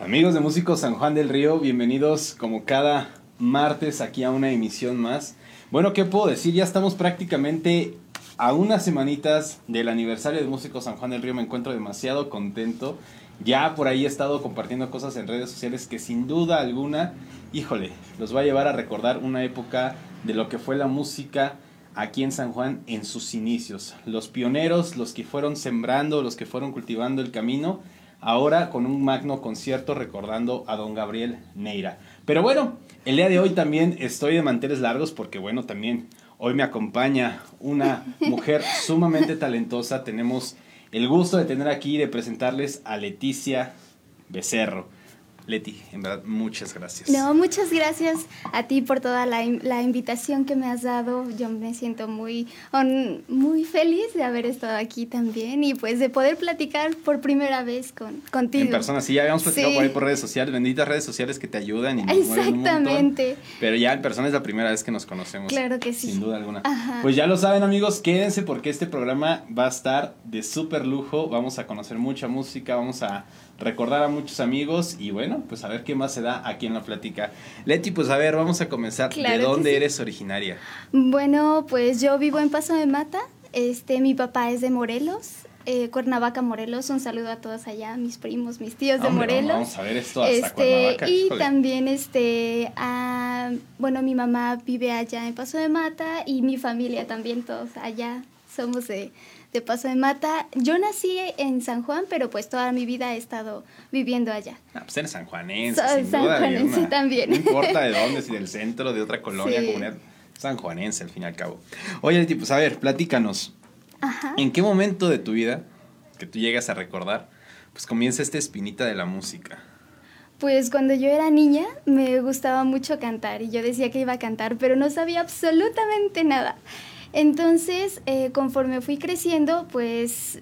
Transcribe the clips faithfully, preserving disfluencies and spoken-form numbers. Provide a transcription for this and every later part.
Amigos de Músicos San Juan del Río, bienvenidos como cada martes aquí a una emisión más. Bueno, ¿qué puedo decir? Ya estamos prácticamente a unas semanitas del aniversario de Músicos San Juan del Río. Me encuentro demasiado contento. Ya por ahí he estado compartiendo cosas en redes sociales que sin duda alguna, híjole, los va a llevar a recordar una época de lo que fue la música aquí en San Juan en sus inicios. Los pioneros, los que fueron sembrando, los que fueron cultivando el camino, ahora con un magno concierto recordando a don Gabriel Neira. Pero bueno, el día de hoy también estoy de manteles largos porque bueno, también hoy me acompaña una mujer sumamente talentosa. Tenemos el gusto de tener aquí y de presentarles a Leticia Becerro. Leti, en verdad, muchas gracias. No, muchas gracias a ti por toda la, la invitación que me has dado. Yo me siento muy, on, muy feliz de haber estado aquí también y pues de poder platicar por primera vez con, contigo. En persona, sí, ya habíamos platicado sí. por ahí por redes sociales, benditas redes sociales que te ayudan y nos Exactamente. mueven un montón. Pero ya en persona es la primera vez que nos conocemos. Claro que sí. Sin duda alguna. Ajá. Pues ya lo saben, amigos, quédense porque este programa va a estar de súper lujo. Vamos a conocer mucha música, vamos a recordar a muchos amigos y bueno, pues a ver qué más se da aquí en la plática. Leti, pues a ver, vamos a comenzar. Claro ¿De dónde sí. eres originaria? Bueno, pues yo vivo en Paso de Mata. Este, mi papá es de Morelos, eh, Cuernavaca, Morelos. Un saludo a todos allá, mis primos, mis tíos de Hombre, Morelos. Vamos a ver esto hasta este, Cuernavaca. Y Híjole. también, este, a, bueno, mi mamá vive allá en Paso de Mata y mi familia también, todos allá somos de... de Paso de Mata. Yo nací en San Juan, pero pues toda mi vida he estado viviendo allá. Ah, pues eres sanjuanense, Soy sin duda sanjuanense alguna. también. No importa de dónde, si del centro, de otra colonia, Sí. comunidad, sanjuanense al fin y al cabo. Oye, Leti, pues a ver, platícanos. Ajá. ¿En qué momento de tu vida, que tú llegas a recordar, pues comienza esta espinita de la música? Pues cuando yo era niña me gustaba mucho cantar y yo decía que iba a cantar, pero no sabía absolutamente nada. Entonces, eh, conforme fui creciendo, pues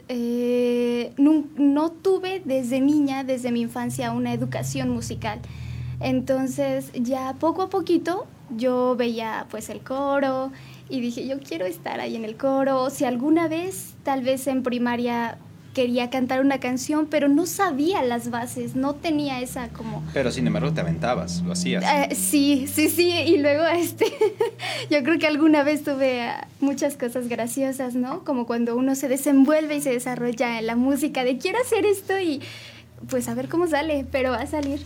eh, no, no tuve desde niña, desde mi infancia, una educación musical. Entonces, ya poco a poquito, yo veía pues el coro y dije, yo quiero estar ahí en el coro. Si alguna vez, tal vez en primaria, quería cantar una canción, pero no sabía las bases, no tenía esa como... Pero sin embargo te aventabas, lo hacías. Uh, sí, sí, sí, y luego este, yo creo que alguna vez tuve uh, muchas cosas graciosas, ¿no? Como cuando uno se desenvuelve y se desarrolla en la música, de quiero hacer esto y pues a ver cómo sale, pero va a salir.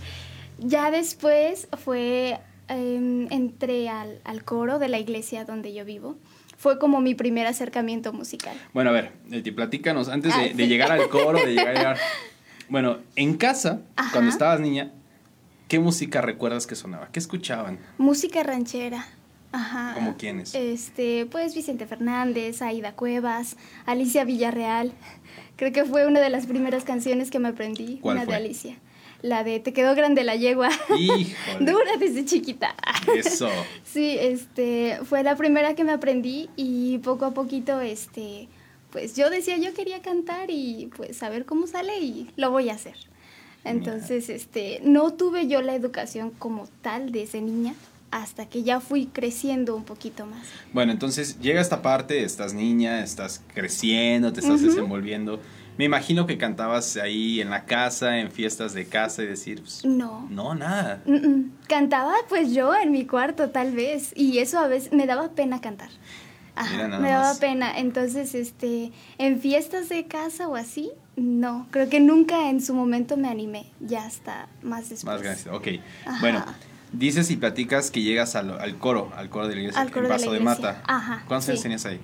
Ya después fue, um, entré al, al coro de la iglesia donde yo vivo. Fue como mi primer acercamiento musical. Bueno, a ver, Leti, platícanos, antes ah, de, sí. de llegar al coro, de llegar, llegar... Bueno, en casa, Ajá. cuando estabas niña, ¿qué música recuerdas que sonaba? ¿Qué escuchaban? Música ranchera. Ajá. ¿Cómo quiénes? Este, pues Vicente Fernández, Aida Cuevas, Alicia Villarreal. Creo que fue una de las primeras canciones que me aprendí. ¿Cuál una fue? de Alicia. La de Te quedó grande la yegua. Híjole. Dura desde chiquita. Eso. Sí, este, fue la primera que me aprendí y poco a poquito, este, pues yo decía, yo quería cantar y pues a ver cómo sale y lo voy a hacer. Entonces, Mira. este, no tuve yo la educación como tal desde niña hasta que ya fui creciendo un poquito más. Bueno, entonces llega esta parte, estás niña, estás creciendo, te estás uh-huh. desenvolviendo. Me imagino que cantabas ahí en la casa, en fiestas de casa y decir... Pues, no. No, nada. Mm-mm. Cantaba pues yo en mi cuarto tal vez y eso a veces me daba pena cantar. Ajá, Mira, nada me daba más. pena. Entonces, este, en fiestas de casa o así, no. Creo que nunca en su momento me animé, ya hasta más después. Más grande, ok. Ajá. Bueno, dices y platicas que llegas al, al coro, al coro de la iglesia, al coro en Paso de, la de Mata. Ajá. ¿Cuántos años sí. tenías ahí?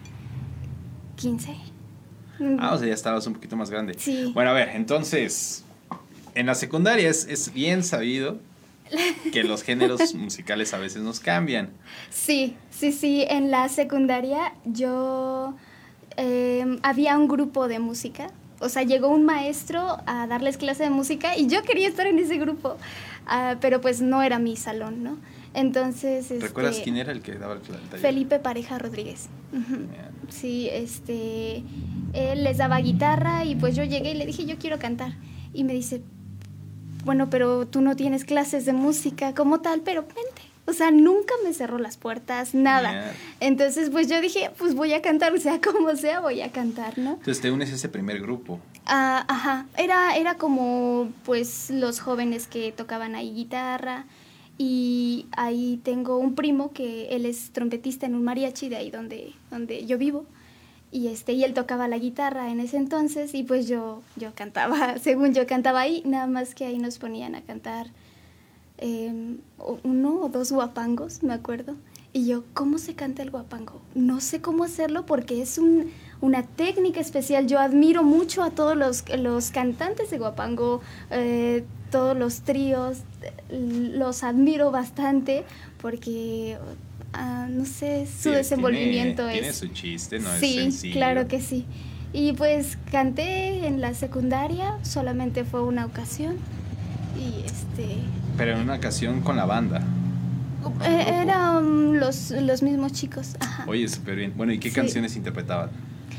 quince. Ah, o sea, ya estabas un poquito más grande. Sí. Bueno, a ver, entonces, en la secundaria es, es bien sabido que los géneros musicales a veces nos cambian. Sí, sí, sí. En la secundaria yo... Eh, había un grupo de música. O sea, llegó un maestro a darles clase de música y yo quería estar en ese grupo. Uh, pero pues no era mi salón, ¿no? Entonces... ¿Recuerdas este, quién era el que daba el taller? Felipe Pareja Rodríguez. Uh-huh. Sí, este... Él les daba guitarra y pues yo llegué y le dije, yo quiero cantar. Y me dice, bueno, pero tú no tienes clases de música como tal, pero vente. O sea, nunca me cerró las puertas, nada. Yeah. Entonces, pues yo dije, pues voy a cantar, o sea, como sea, voy a cantar, ¿no? Entonces te unes a ese primer grupo. Ah, ajá, era, era como pues los jóvenes que tocaban ahí guitarra y ahí tengo un primo que él es trompetista en un mariachi de ahí donde, donde yo vivo y, este, y él tocaba la guitarra en ese entonces y pues yo, yo cantaba, según yo cantaba ahí, nada más que ahí nos ponían a cantar eh, uno o dos guapangos, me acuerdo. Y yo, ¿cómo se canta el guapango? No sé cómo hacerlo porque es un, una técnica especial. Yo admiro mucho a todos los, los cantantes de guapango, eh, todos los tríos, los admiro bastante porque, uh, no sé, su Sí, desenvolvimiento tiene, es... Tiene su chiste, no sí, es sencillo. Sí, claro que sí. Y pues canté en la secundaria, solamente fue una ocasión. Y este... Pero en una ocasión con la banda. Eh, eran los, los mismos chicos. Ajá. Oye, súper bien. Bueno, ¿y qué Sí. canciones interpretaban?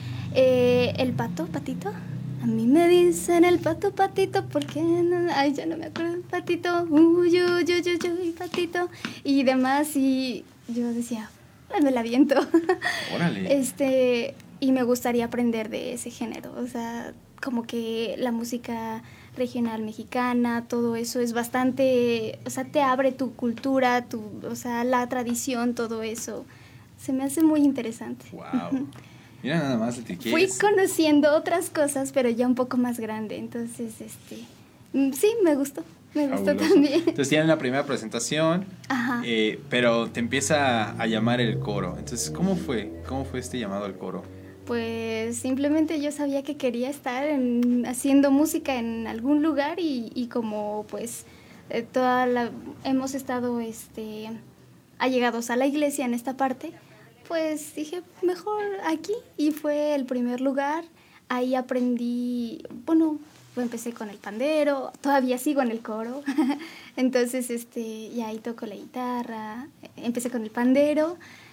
Eh, el pato, patito. A mí me dicen el pato, patito, porque no, ay, ya no me acuerdo. Patito, uy, uy, uy, uy, uy, patito. Y demás, y yo decía, ay, me la viento. Órale. Este, y me gustaría aprender de ese género. O sea, como que la música regional mexicana, todo eso es bastante, o sea, te abre tu cultura, tu, o sea, la tradición, todo eso. Se me hace muy interesante. Wow. Mira nada más, Leti, ¿qué Fui es? conociendo otras cosas, pero ya un poco más grande, entonces, este, sí, me gustó, me gustó Fabuloso. también. Entonces tienen la primera presentación, Ajá. eh, pero te empieza a llamar el coro. Entonces, ¿cómo fue? ¿Cómo fue este llamado al coro? Pues simplemente yo sabía que quería estar en, haciendo música en algún lugar y, y como pues eh, toda la, hemos estado este, allegados a la iglesia en esta parte, pues dije mejor aquí y fue el primer lugar. Ahí aprendí, bueno, empecé con el pandero, todavía sigo en el coro, entonces este, y ahí toco la guitarra, empecé con el pandero,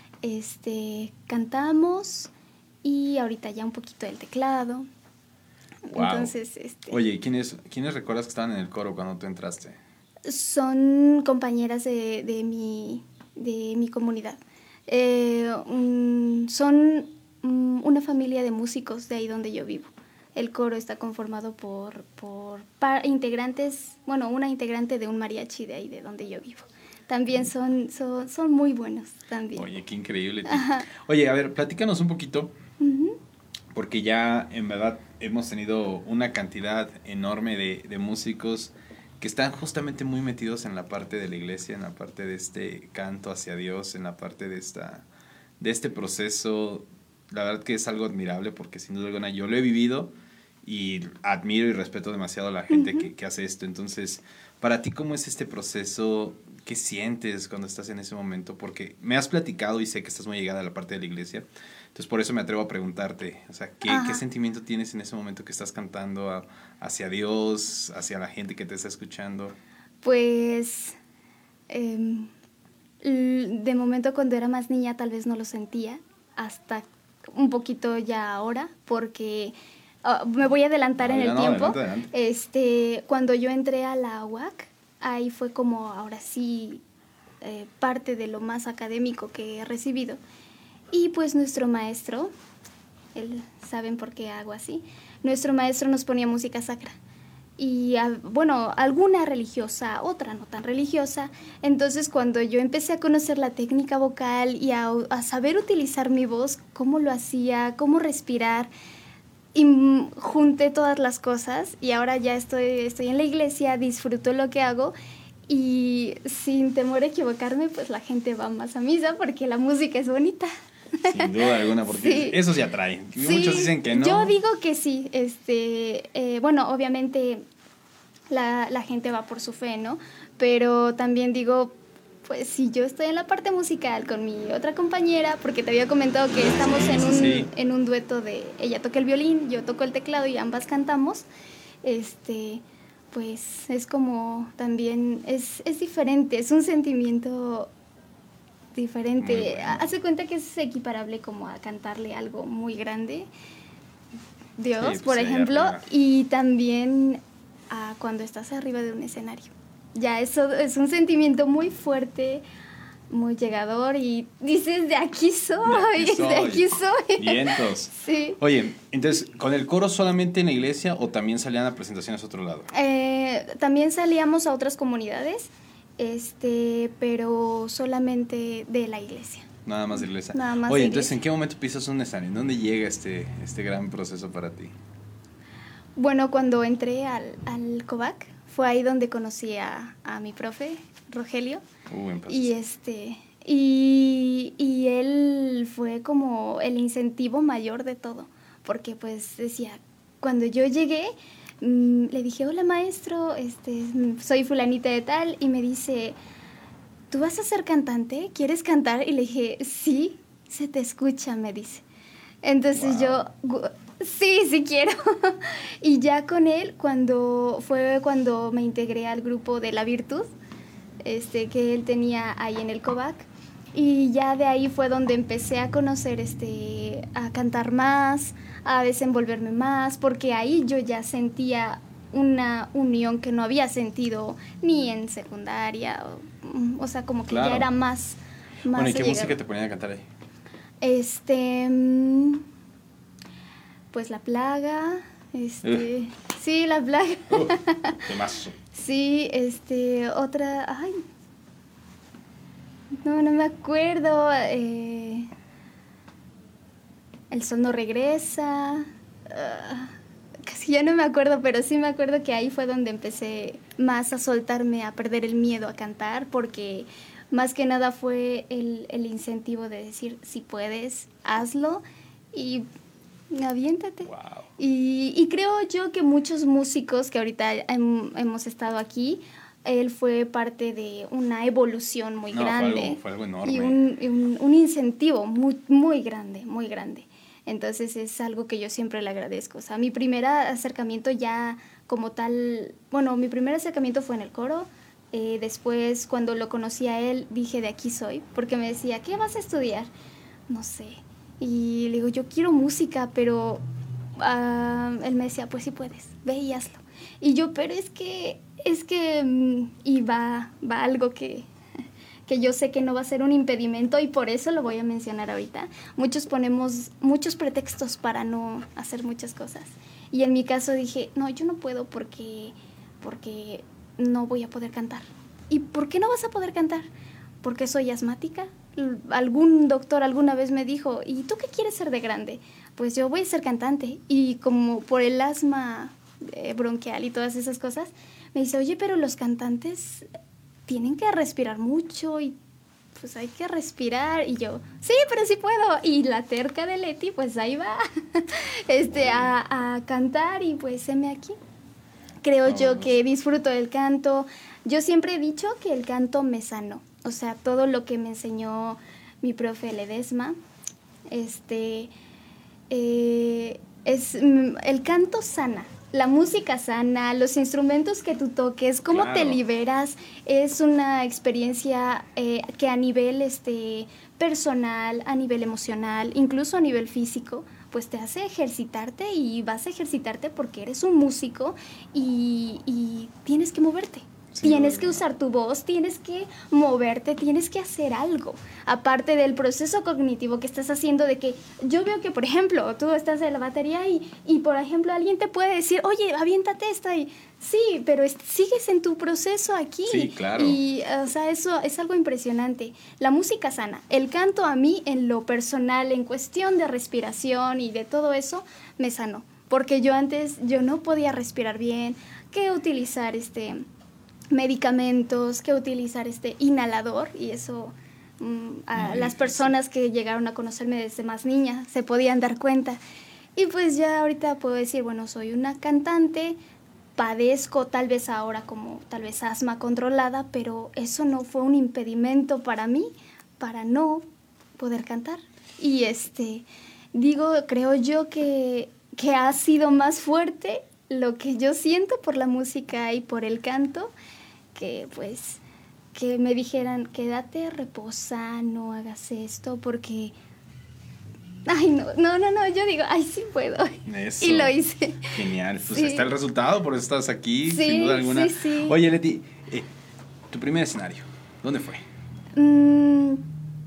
este, cantamos. Y ahorita ya un poquito del teclado. Wow. Entonces, este... Oye, ¿quiénes, ¿quiénes recuerdas que estaban en el coro cuando tú entraste? Son compañeras de, de, mi, de mi comunidad. Eh, um, son um, una familia de músicos de ahí donde yo vivo. El coro está conformado por, por par, integrantes, bueno, una integrante de un mariachi de ahí de donde yo vivo. También son, son, son muy buenos también. Oye, qué increíble. Oye, a ver, platícanos un poquito. Uh-huh. Porque ya en verdad hemos tenido una cantidad enorme de, de músicos que están justamente muy metidos en la parte de la iglesia, en la parte de este canto hacia Dios, en la parte de esta de este proceso. La verdad que es algo admirable porque sin duda alguna yo lo he vivido y admiro y respeto demasiado a la gente uh-huh. que, que hace esto. Entonces, para ti, ¿cómo es este proceso? ¿Qué sientes cuando estás en ese momento? Porque me has platicado y sé que estás muy llegada a la parte de la iglesia. Entonces, por eso me atrevo a preguntarte, o sea, ¿qué, ¿qué sentimiento tienes en ese momento que estás cantando a, hacia Dios, hacia la gente que te está escuchando? Pues, eh, de momento cuando era más niña tal vez no lo sentía, hasta un poquito ya ahora, porque uh, me voy a adelantar ah, en el no, tiempo. Adelante, adelante. Este, cuando yo entré a la U A C, ahí fue como ahora sí eh, parte de lo más académico que he recibido. Y pues nuestro maestro, él, ¿saben por qué hago así? Nuestro maestro nos ponía música sacra. Y a, bueno, alguna religiosa, otra no tan religiosa. Entonces cuando yo empecé a conocer la técnica vocal y a, a saber utilizar mi voz, cómo lo hacía, cómo respirar, y junté todas las cosas y ahora ya estoy, estoy en la iglesia, disfruto lo que hago y sin temor a equivocarme, pues la gente va más a misa porque la música es bonita. Sin duda alguna, porque sí. Eso se atrae. Sí. Muchos dicen que no. Yo digo que sí. Este, eh, bueno, obviamente la, la gente va por su fe, ¿no? Pero también digo, pues si yo estoy en la parte musical con mi otra compañera, porque te había comentado que estamos sí, en, un, sí. en un dueto de ella toca el violín, yo toco el teclado y ambas cantamos, este, pues es como también, es, es diferente, es un sentimiento diferente. Bueno. Hace cuenta que es equiparable como a cantarle algo muy grande, Dios, sí, pues por ejemplo, y también a cuando estás arriba de un escenario. Ya eso es un sentimiento muy fuerte, muy llegador y dices, de aquí soy, de aquí soy. de aquí soy. Vientos. Sí. Oye, entonces, ¿con el coro solamente en la iglesia o también salían a presentaciones a otro lado? Eh, también salíamos a otras comunidades, este, pero solamente de la iglesia. Nada más de iglesia. Nada más Oye, de entonces, iglesia. ¿en qué momento pisas un escenario? ¿En dónde llega este, este gran proceso para ti? Bueno, cuando entré al, al COVAC, fue ahí donde conocí a, a mi profe, Rogelio. Uh, en paz. Y este y, y él fue como el incentivo mayor de todo, porque pues decía, cuando yo llegué, mmm, le dije, hola maestro, este, soy fulanita de tal, y me dice, ¿tú vas a ser cantante? ¿Quieres cantar? Y le dije, sí, se te escucha, me dice. Entonces wow. yo, sí, sí quiero. Y ya con él, cuando fue cuando me integré al grupo de La Virtud, este, que él tenía ahí en el COVAC, y ya de ahí fue donde empecé a conocer, este, a cantar más, a desenvolverme más, porque ahí yo ya sentía una unión que no había sentido ni en secundaria, o, o sea, como que claro. ya era más, más bueno, ¿y qué allegado. música te ponían a cantar ahí? Este, pues La Plaga, este, uh. sí, La Plaga. Uh, temazo. Sí, este, otra, ay, no, no me acuerdo, eh, El Sol no regresa, uh, casi ya no me acuerdo, pero sí me acuerdo que ahí fue donde empecé más a soltarme, a perder el miedo a cantar, porque más que nada fue el, el incentivo de decir, si puedes, hazlo y aviéntate. Wow. Y, y creo yo que muchos músicos que ahorita hem, hemos estado aquí, él fue parte de una evolución muy no, grande. Fue algo, fue algo enorme. Y un, un, un incentivo muy, muy grande, muy grande. Entonces es algo que yo siempre le agradezco. O sea, mi primer acercamiento ya como tal, bueno, mi primer acercamiento fue en el coro. Eh, después, cuando lo conocí a él, dije, de aquí soy, porque me decía, ¿qué vas a estudiar? No sé. Y le digo, yo quiero música, pero uh, él me decía, pues sí puedes, ve y hazlo. Y yo, pero es que, es que, um, y va, va algo que, que yo sé que no va a ser un impedimento, y por eso lo voy a mencionar ahorita. Muchos ponemos muchos pretextos para no hacer muchas cosas. Y en mi caso dije, no, yo no puedo porque, porque no voy a poder cantar. ¿Y por qué no vas a poder cantar? Porque soy asmática. Algún doctor alguna vez me dijo, ¿y tú qué quieres ser de grande? Pues yo voy a ser cantante. Y como por el asma eh, bronquial y todas esas cosas, me dice, oye, pero los cantantes tienen que respirar mucho y pues hay que respirar. Y yo, sí, pero sí puedo. Y la terca de Leti, pues ahí va este, a, a cantar, y pues heme aquí. Creo oh. yo que disfruto del canto. Yo siempre he dicho que el canto me sanó. O sea, todo lo que me enseñó mi profe Ledesma, este, eh, es, el canto sana, la música sana, los instrumentos que tú toques, cómo claro. te liberas, es una experiencia eh, que a nivel este, personal, a nivel emocional, incluso a nivel físico, pues te hace ejercitarte, y vas a ejercitarte porque eres un músico y, y tienes que moverte. Sí, tienes que usar tu voz, tienes que moverte, tienes que hacer algo. Aparte del proceso cognitivo que estás haciendo, de que yo veo que, por ejemplo, tú estás en la batería y, y por ejemplo, alguien te puede decir, oye, aviéntate esta, y sí, pero es, sigues en tu proceso aquí. Sí, claro. Y, o sea, eso es algo impresionante. La música sana. El canto a mí, en lo personal, en cuestión de respiración y de todo eso, me sanó. Porque yo antes, yo no podía respirar bien, que utilizar este... medicamentos, que utilizar este inhalador, y eso um, a las personas que llegaron a conocerme desde más niña se podían dar cuenta. Y pues ya ahorita puedo decir, bueno, soy una cantante, padezco tal vez ahora como tal vez asma controlada, pero eso no fue un impedimento para mí para no poder cantar. Y este digo, creo yo que, que ha sido más fuerte lo que yo siento por la música y por el canto, que pues que me dijeran, quédate, reposa, no hagas esto, porque ay, no, no, no, no, yo digo, ay, sí puedo. Eso. Y lo hice. Genial, pues sí. está el resultado, por eso estás aquí, sí, sin duda alguna. Sí, sí. Oye, Leti, eh, tu primer escenario, ¿dónde fue? Mm,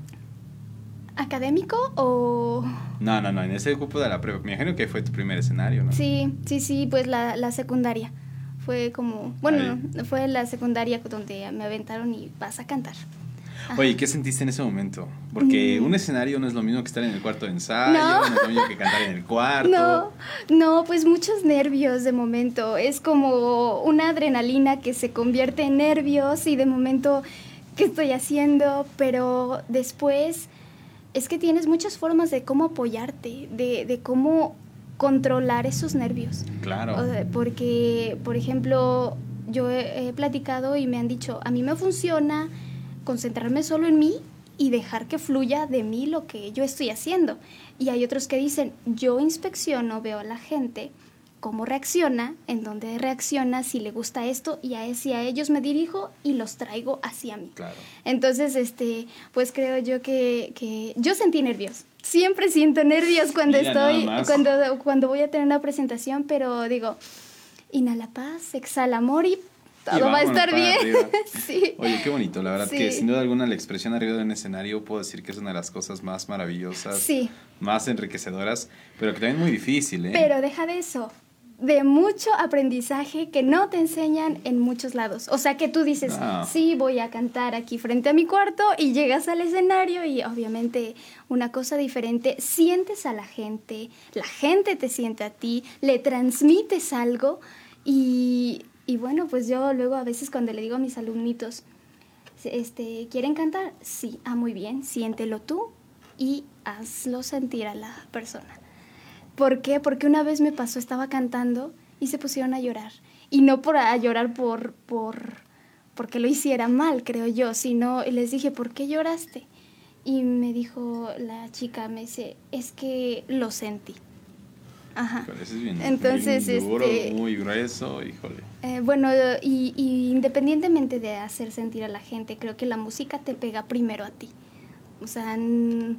¿Académico o...? No, no, no, en ese grupo de la prepa. Me imagino que fue tu primer escenario, ¿no? Sí, sí, sí, pues la, la secundaria. Fue como, bueno, Ahí. fue la secundaria donde me aventaron y vas a cantar. Ajá. Oye, ¿qué sentiste en ese momento? Porque Mm. un escenario no es lo mismo que estar en el cuarto de ensayo, No. no, es lo mismo que cantar en el cuarto. No, no, pues muchos nervios de momento. Es como una adrenalina que se convierte en nervios y de momento, ¿qué estoy haciendo? Pero después es que tienes muchas formas de cómo apoyarte, de, de cómo controlar esos nervios. Claro. O sea, porque, por ejemplo, yo he, he platicado y me han dicho, a mí me funciona concentrarme solo en mí y dejar que fluya de mí lo que yo estoy haciendo. Y hay otros que dicen, yo inspecciono, veo a la gente, cómo reacciona, en dónde reacciona, si le gusta esto, y a, si a ellos me dirijo y los traigo hacia mí. Claro. Entonces, este, pues creo yo que, que yo sentí nervios. Siempre siento nervios cuando Mira, estoy, nada más. cuando, cuando voy a tener una presentación, pero digo, inhala paz, exhala amor y todo va a vámonos estar para bien. arriba. Sí. Oye, qué bonito, la verdad Sí. que sin duda alguna la expresión arriba de un escenario puedo decir que es una de las cosas más maravillosas, Sí. más enriquecedoras, pero que también muy difícil, ¿eh? Pero deja de eso, de mucho aprendizaje que no te enseñan en muchos lados. O sea, que tú dices, No. sí, voy a cantar aquí frente a mi cuarto y llegas al escenario y obviamente una cosa diferente, sientes a la gente, la gente te siente a ti, le transmites algo y, y bueno, pues yo luego a veces cuando le digo a mis alumnitos, este, ¿quieren cantar? Sí, ah, muy bien, siéntelo tú y hazlo sentir a la persona. ¿Por qué? Porque una vez me pasó, estaba cantando y se pusieron a llorar. Y no por a llorar por, por, porque lo hiciera mal, creo yo, sino les dije, ¿por qué lloraste? Y me dijo la chica, me dice, es que lo sentí. Ajá. Pero eso es bien, Entonces, bien duro, este, muy grueso, híjole. Eh, bueno, y, y independientemente de hacer sentir a la gente, creo que la música te pega primero a ti. O sea, n-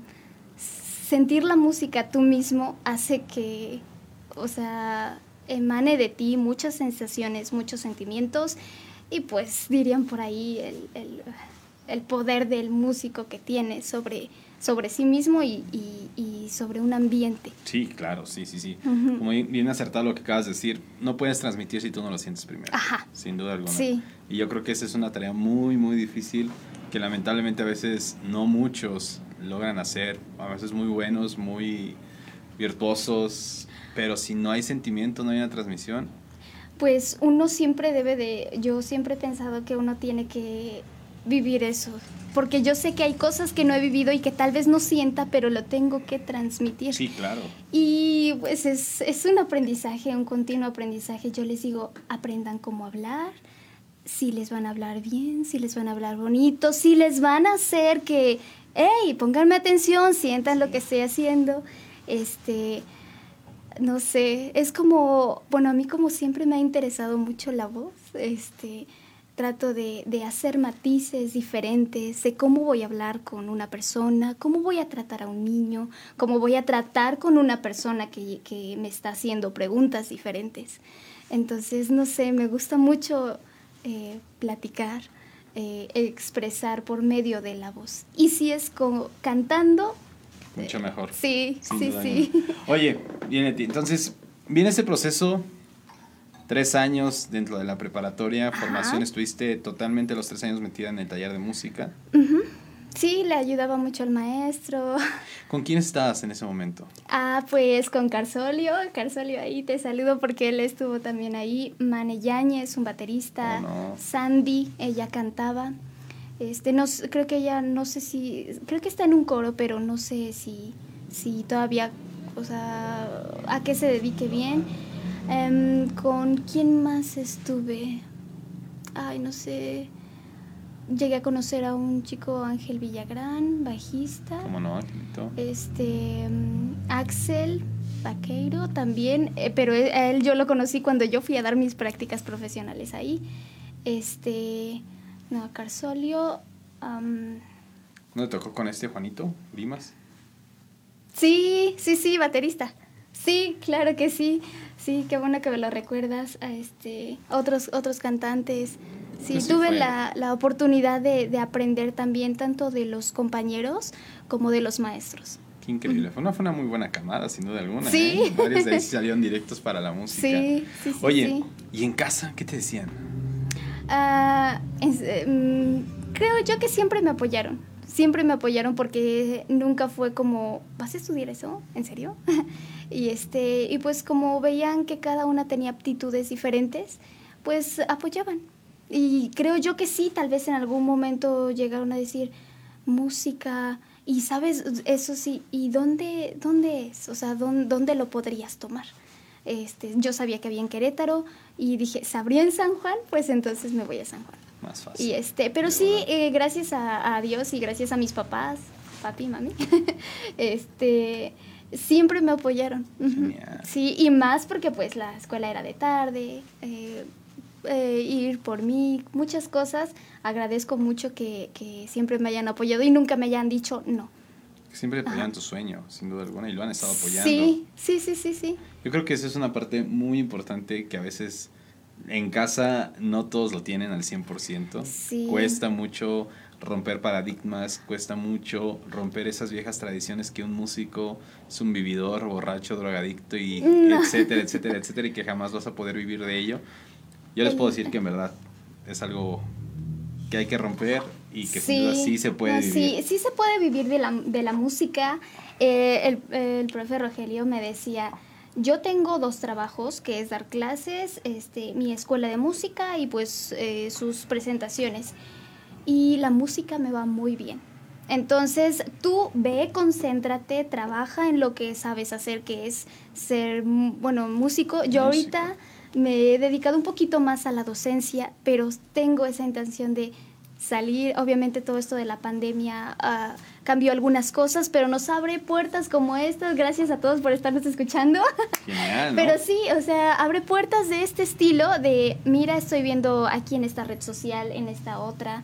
sentir la música tú mismo hace que, o sea, emane de ti muchas sensaciones, muchos sentimientos y pues dirían por ahí el, el, el poder del músico que tiene sobre, sobre sí mismo y, y, y sobre un ambiente. Sí, claro, sí, sí, sí. Ujú. Como bien bien acertado lo que acabas de decir, no puedes transmitir si tú no lo sientes primero. Ajá. Sin duda alguna. Sí. Y yo creo que esa es una tarea muy, muy difícil que lamentablemente a veces no muchos logran hacer. A veces muy buenos, muy virtuosos, pero si no hay sentimiento, no hay una transmisión. Pues uno siempre debe de, yo siempre he pensado que uno tiene que vivir eso, porque yo sé que hay cosas que no he vivido y que tal vez no sienta, pero lo tengo que transmitir. Sí, claro. Y pues es, es un aprendizaje, un continuo aprendizaje. Yo les digo, aprendan cómo hablar, si les van a hablar bien, si les van a hablar bonito, si les van a hacer que, hey, pónganme atención, sientan lo que estoy haciendo. Este, no sé, es como, bueno, a mí como siempre me ha interesado mucho la voz, este, trato de, de hacer matices diferentes, de cómo voy a hablar con una persona, cómo voy a tratar a un niño, cómo voy a tratar con una persona que, que me está haciendo preguntas diferentes. Entonces, no sé, me gusta mucho eh, platicar, eh, expresar por medio de la voz. Y si es como cantando... Mucho mejor. Sí, Sin sí, duda sí. alguna. Oye, viene ti. Entonces, viene ese proceso, tres años dentro de la preparatoria, Ajá. formación, estuviste totalmente los tres años metida en el taller de música. Uh-huh. Sí, le ayudaba mucho al maestro. ¿Con quién estabas en ese momento? Ah, pues con Carsolio. Carsolio, ahí te saludo porque él estuvo también ahí. Mane Yáñez, un baterista. Oh, no. Sandy, ella cantaba. Este, no, s- creo que ella, no sé si, creo que está en un coro, pero no sé si, si todavía, o sea, a qué se dedique bien. Em, ¿con quién más estuve? Ay, no sé. Llegué a conocer a un chico, Ángel Villagrán, bajista. ¿Cómo no, Angelito? Este, um, Axel Vaqueiro también, eh, pero él, a él yo lo conocí cuando yo fui a dar mis prácticas profesionales ahí. Este, no, Carsolio. Um, ¿No te tocó con este Juanito Dimas? sí, sí, sí, baterista. Sí, claro que sí. Sí, qué bueno que me lo recuerdas. A este, otros, otros cantantes. Sí, Pues sí tuve fue. la, la oportunidad de, de aprender también tanto de los compañeros como de los maestros. Qué increíble. Fue una, fue una muy buena camada, sin duda alguna. Sí. ¿Eh? Varios de ahí sí salieron directos para la música. Sí, sí, sí. Oye, sí. ¿y en casa qué te decían? Ah, es- eh, mm, creo yo que siempre me apoyaron. Siempre me apoyaron porque nunca fue como, ¿vas a estudiar eso? ¿En serio? y este y pues como veían que cada una tenía aptitudes diferentes, pues apoyaban. Y creo yo que sí, tal vez en algún momento llegaron a decir música y sabes, eso sí, ¿y dónde dónde es? O sea, ¿dónde, dónde lo podrías tomar? Este, yo sabía que había en Querétaro y dije, ¿sabría en San Juan? Pues entonces me voy a San Juan. Más fácil. Y este, pero De sí, verdad. eh, gracias a, a Dios y gracias a mis papás, papi y mami, este, siempre me apoyaron. Ujú. Genial. Sí, y más porque pues la escuela era de tarde, eh, eh, ir por mí, muchas cosas. Agradezco mucho que, que siempre me hayan apoyado y nunca me hayan dicho no. Siempre apoyaban Ajá. tu sueño, sin duda alguna, y lo han estado apoyando. Sí, sí, sí, sí, sí. Yo creo que esa es una parte muy importante que a veces en casa no todos lo tienen al cien por ciento. Sí. Cuesta mucho romper paradigmas, cuesta mucho romper esas viejas tradiciones que un músico es un vividor, borracho, drogadicto, y No. etcétera, etcétera, etcétera, y que jamás vas a poder vivir de ello. Yo les El- puedo decir que en verdad es algo que hay que romper y que sin Sí, duda sí se puede no, vivir. Sí, sí se puede vivir de la, de la música. Eh, el, el profe Rogelio me decía, yo tengo dos trabajos, que es dar clases, este, mi escuela de música y pues eh, sus presentaciones. Y la música me va muy bien. Entonces, tú ve, concéntrate, trabaja en lo que sabes hacer, que es ser, mm, bueno, músico. Yo Músico. ahorita me he dedicado un poquito más a la docencia, pero tengo esa intención de salir. Obviamente todo esto de la pandemia ah, cambió algunas cosas, pero nos abre puertas como estas. Gracias a todos por estarnos escuchando. Genial, ¿no? Pero sí, o sea, abre puertas de este estilo de, mira, estoy viendo aquí en esta red social, en esta otra.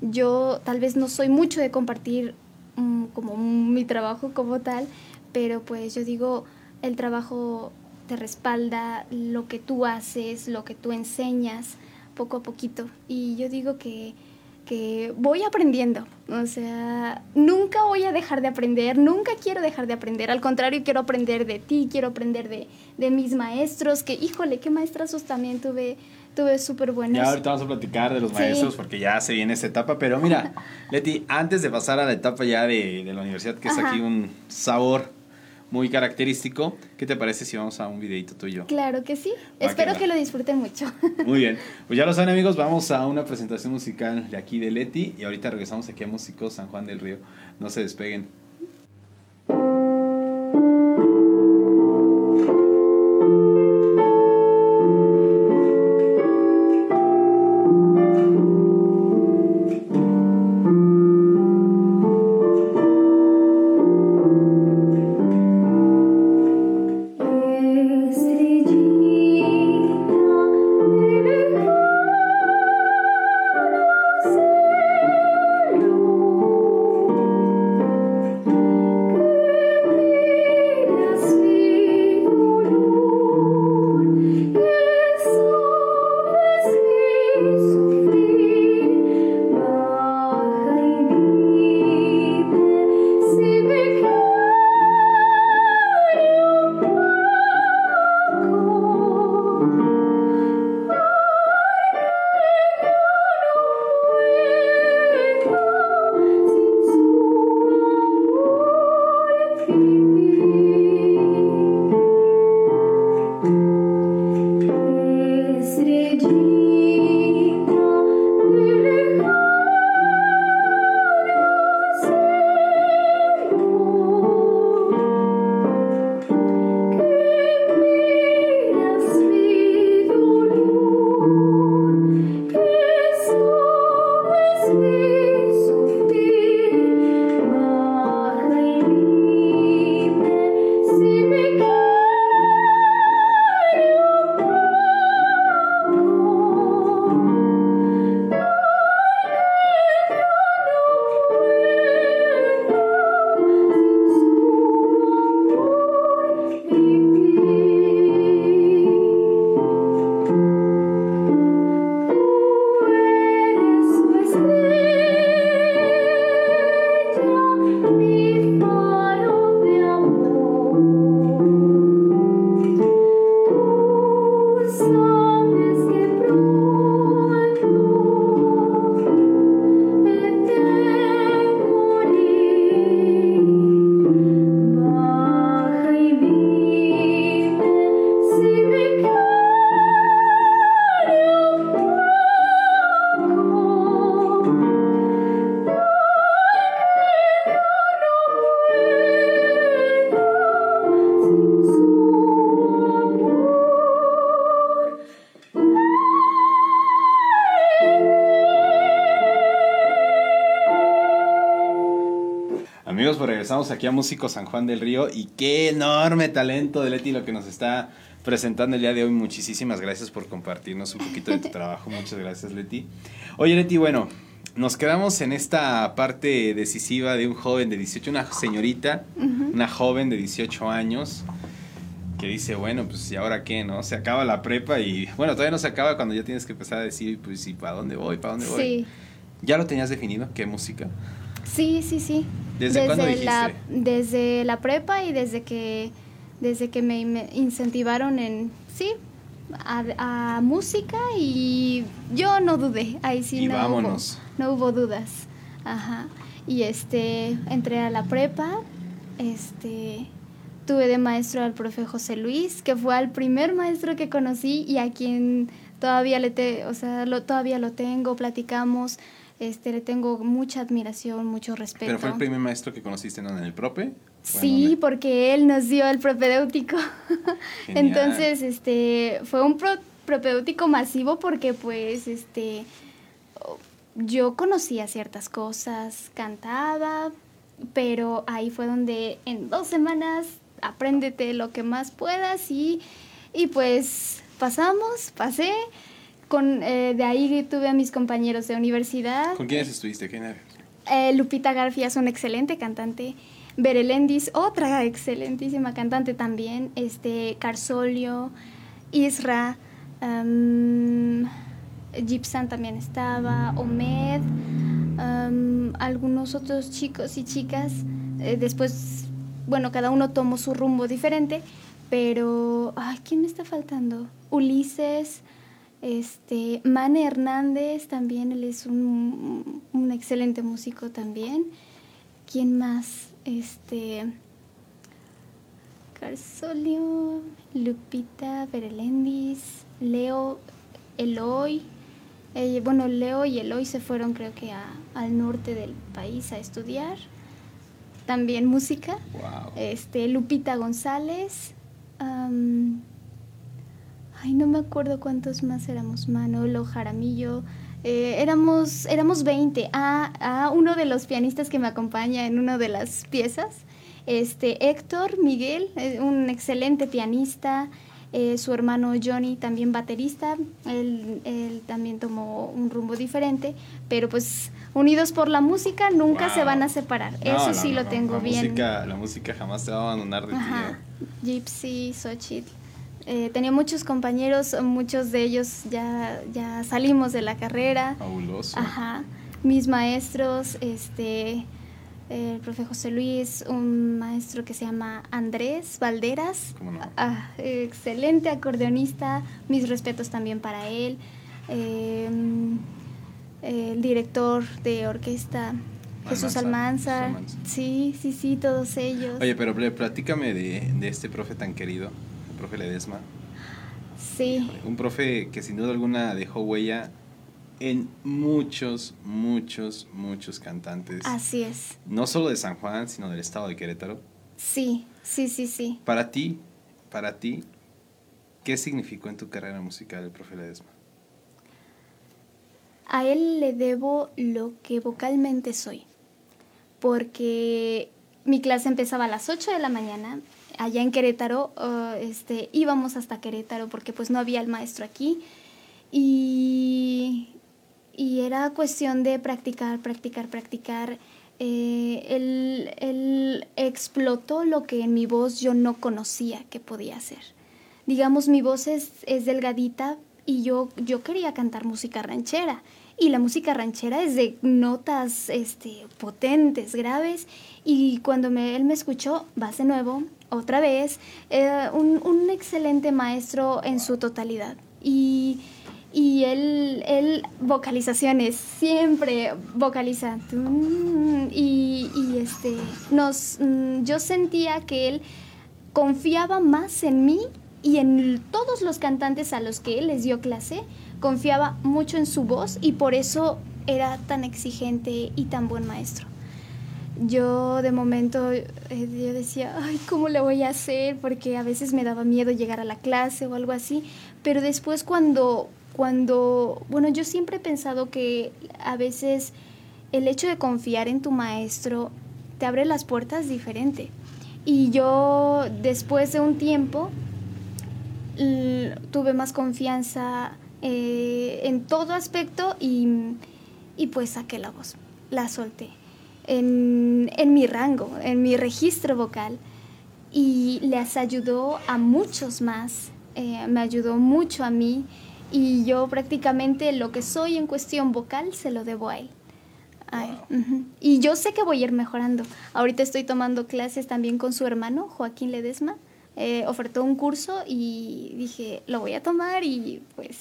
Yo tal vez no soy mucho de compartir mm, como mi trabajo como tal, pero pues yo digo, el trabajo te respalda, lo que tú haces, lo que tú enseñas, poco a poquito. Y yo digo que, que voy aprendiendo, o sea, nunca voy a dejar de aprender, nunca quiero dejar de aprender, al contrario, quiero aprender de ti, quiero aprender de, de mis maestros, que híjole, qué maestrazos también tuve, tuve súper buenos. Ya ahorita vamos a platicar de los Sí. maestros porque ya se viene esta etapa, pero mira, Leti, antes de pasar a la etapa ya de, de la universidad, que es Ajá. aquí un sabor muy característico, ¿qué te parece si vamos a un videito tuyo? Claro que sí, Va, espero que va. que lo disfruten mucho. Muy bien, pues ya lo saben amigos, vamos a una presentación musical de aquí de Leti y ahorita regresamos aquí a Músicos San Juan del Río. No se despeguen. Estrellita del lejano cielo, Amigos, pues regresamos aquí a Músico San Juan del Río y qué enorme talento de Leti lo que nos está presentando el día de hoy. Muchísimas gracias por compartirnos un poquito de tu trabajo. Muchas gracias, Leti. Oye, Leti, bueno, nos quedamos en esta parte decisiva de un joven de dieciocho, una señorita, uh-huh. una joven de dieciocho años que dice, bueno, pues ¿y ahora qué, no? Se acaba la prepa y, bueno, todavía no se acaba cuando ya tienes que empezar a decir, pues, ¿y para dónde voy? ¿Para dónde voy? Sí. ¿Ya lo tenías definido? ¿Qué música? Sí, sí, sí. ¿Desde, ¿Desde cuándo dijiste? La, desde la prepa y desde que, desde que me, me incentivaron en, sí, a, a música y yo no dudé. Ahí sí y no vámonos. Hubo, no hubo dudas. Ajá. Y este, entré a la prepa, este... Tuve de maestro al profe José Luis, que fue el primer maestro que conocí y a quien todavía le te, o sea, lo, todavía lo tengo, platicamos, este, le tengo mucha admiración, mucho respeto. ¿Pero fue el primer maestro que conociste, no, en el prope? Sí, porque él nos dio el propedéutico. Entonces, este, fue un pro, propedéutico masivo porque, pues, este, yo conocía ciertas cosas, cantaba, pero ahí fue donde en dos semanas apréndete lo que más puedas y, y pues pasamos, pasé, con, eh, de ahí tuve a mis compañeros de universidad. ¿Con quiénes estuviste? ¿Quién eres? Eh, Lupita Garfia es una excelente cantante, Berelendis, otra excelentísima cantante también, este, Carsolio, Isra, um, Gibson también estaba, Omed, um, algunos otros chicos y chicas, eh, después... Bueno, cada uno tomó su rumbo diferente, pero... Ay, ¿quién me está faltando? Ulises, este, Mane Hernández también, él es un, un excelente músico también. ¿Quién más? Este... Carsolio, Lupita, Berelendis, Leo, Eloy. Eh, bueno, Leo y Eloy se fueron creo que a, al norte del país a estudiar. También música, wow. este, Lupita González, um, ay, no me acuerdo cuántos más éramos, Manolo, Jaramillo, eh, éramos, éramos veinte, ah, ah, uno de los pianistas que me acompaña en una de las piezas, este, Héctor Miguel, eh, un excelente pianista, eh, su hermano Johnny también baterista, él, él también tomó un rumbo diferente, pero pues... Unidos por la música, nunca wow. se van a separar. No, Eso no, sí no, lo tengo la bien. Música, la música jamás te va a abandonar de Ajá. ti. Gypsy, Xochitl. Eh, tenía muchos compañeros, muchos de ellos ya, ya salimos de la carrera. Fabuloso. Ajá. Mis maestros, este, el profe José Luis, un maestro que se llama Andrés Valderas. ¿Cómo no? Ah, excelente acordeonista. Mis respetos también para él. Eh, el director de orquesta Jesús Almanzar. Almanzar. Sí, sí, sí, todos ellos. Oye, pero platícame de, de este profe tan querido, el profe Ledesma. Sí. Híjole, un profe que sin duda alguna dejó huella en muchos, muchos, muchos cantantes. Así es. No solo de San Juan, sino del estado de Querétaro. Sí, sí, sí, sí. Para ti, para ti, ¿qué significó en tu carrera musical el profe Ledesma? A él le debo lo que vocalmente soy, porque mi clase empezaba a las ocho de la mañana, allá en Querétaro, uh, este, íbamos hasta Querétaro porque pues no había el maestro aquí, y, y era cuestión de practicar, practicar, practicar. Eh, él, él explotó lo que en mi voz yo no conocía que podía hacer. Digamos, mi voz es, es delgadita, y yo, yo quería cantar música ranchera, y la música ranchera es de notas este, potentes, graves, y cuando me, él me escuchó, vas de nuevo, otra vez, eh, un, un excelente maestro en su totalidad, y, y él, él vocalizaciones, siempre vocaliza, y, y este, nos, yo sentía que él confiaba más en mí y en todos los cantantes a los que él les dio clase, confiaba mucho en su voz y por eso era tan exigente y tan buen maestro. Yo de momento eh, yo decía, ay, ¿cómo le voy a hacer? Porque a veces me daba miedo llegar a la clase o algo así, pero después cuando, cuando, bueno, yo siempre he pensado que a veces el hecho de confiar en tu maestro te abre las puertas diferente. Y yo, después de un tiempo, l- tuve más confianza eh, en todo aspecto y, y pues saqué la voz, la solté en, en mi rango, en mi registro vocal. Y les ayudó a muchos más, eh, me ayudó mucho a mí, y yo prácticamente lo que soy en cuestión vocal se lo debo a él. Ay, Wow. uh-huh. Y yo sé que voy a ir mejorando. Ahorita estoy tomando clases también con su hermano, Joaquín Ledesma. Eh, ofertó un curso y dije, lo voy a tomar, y pues...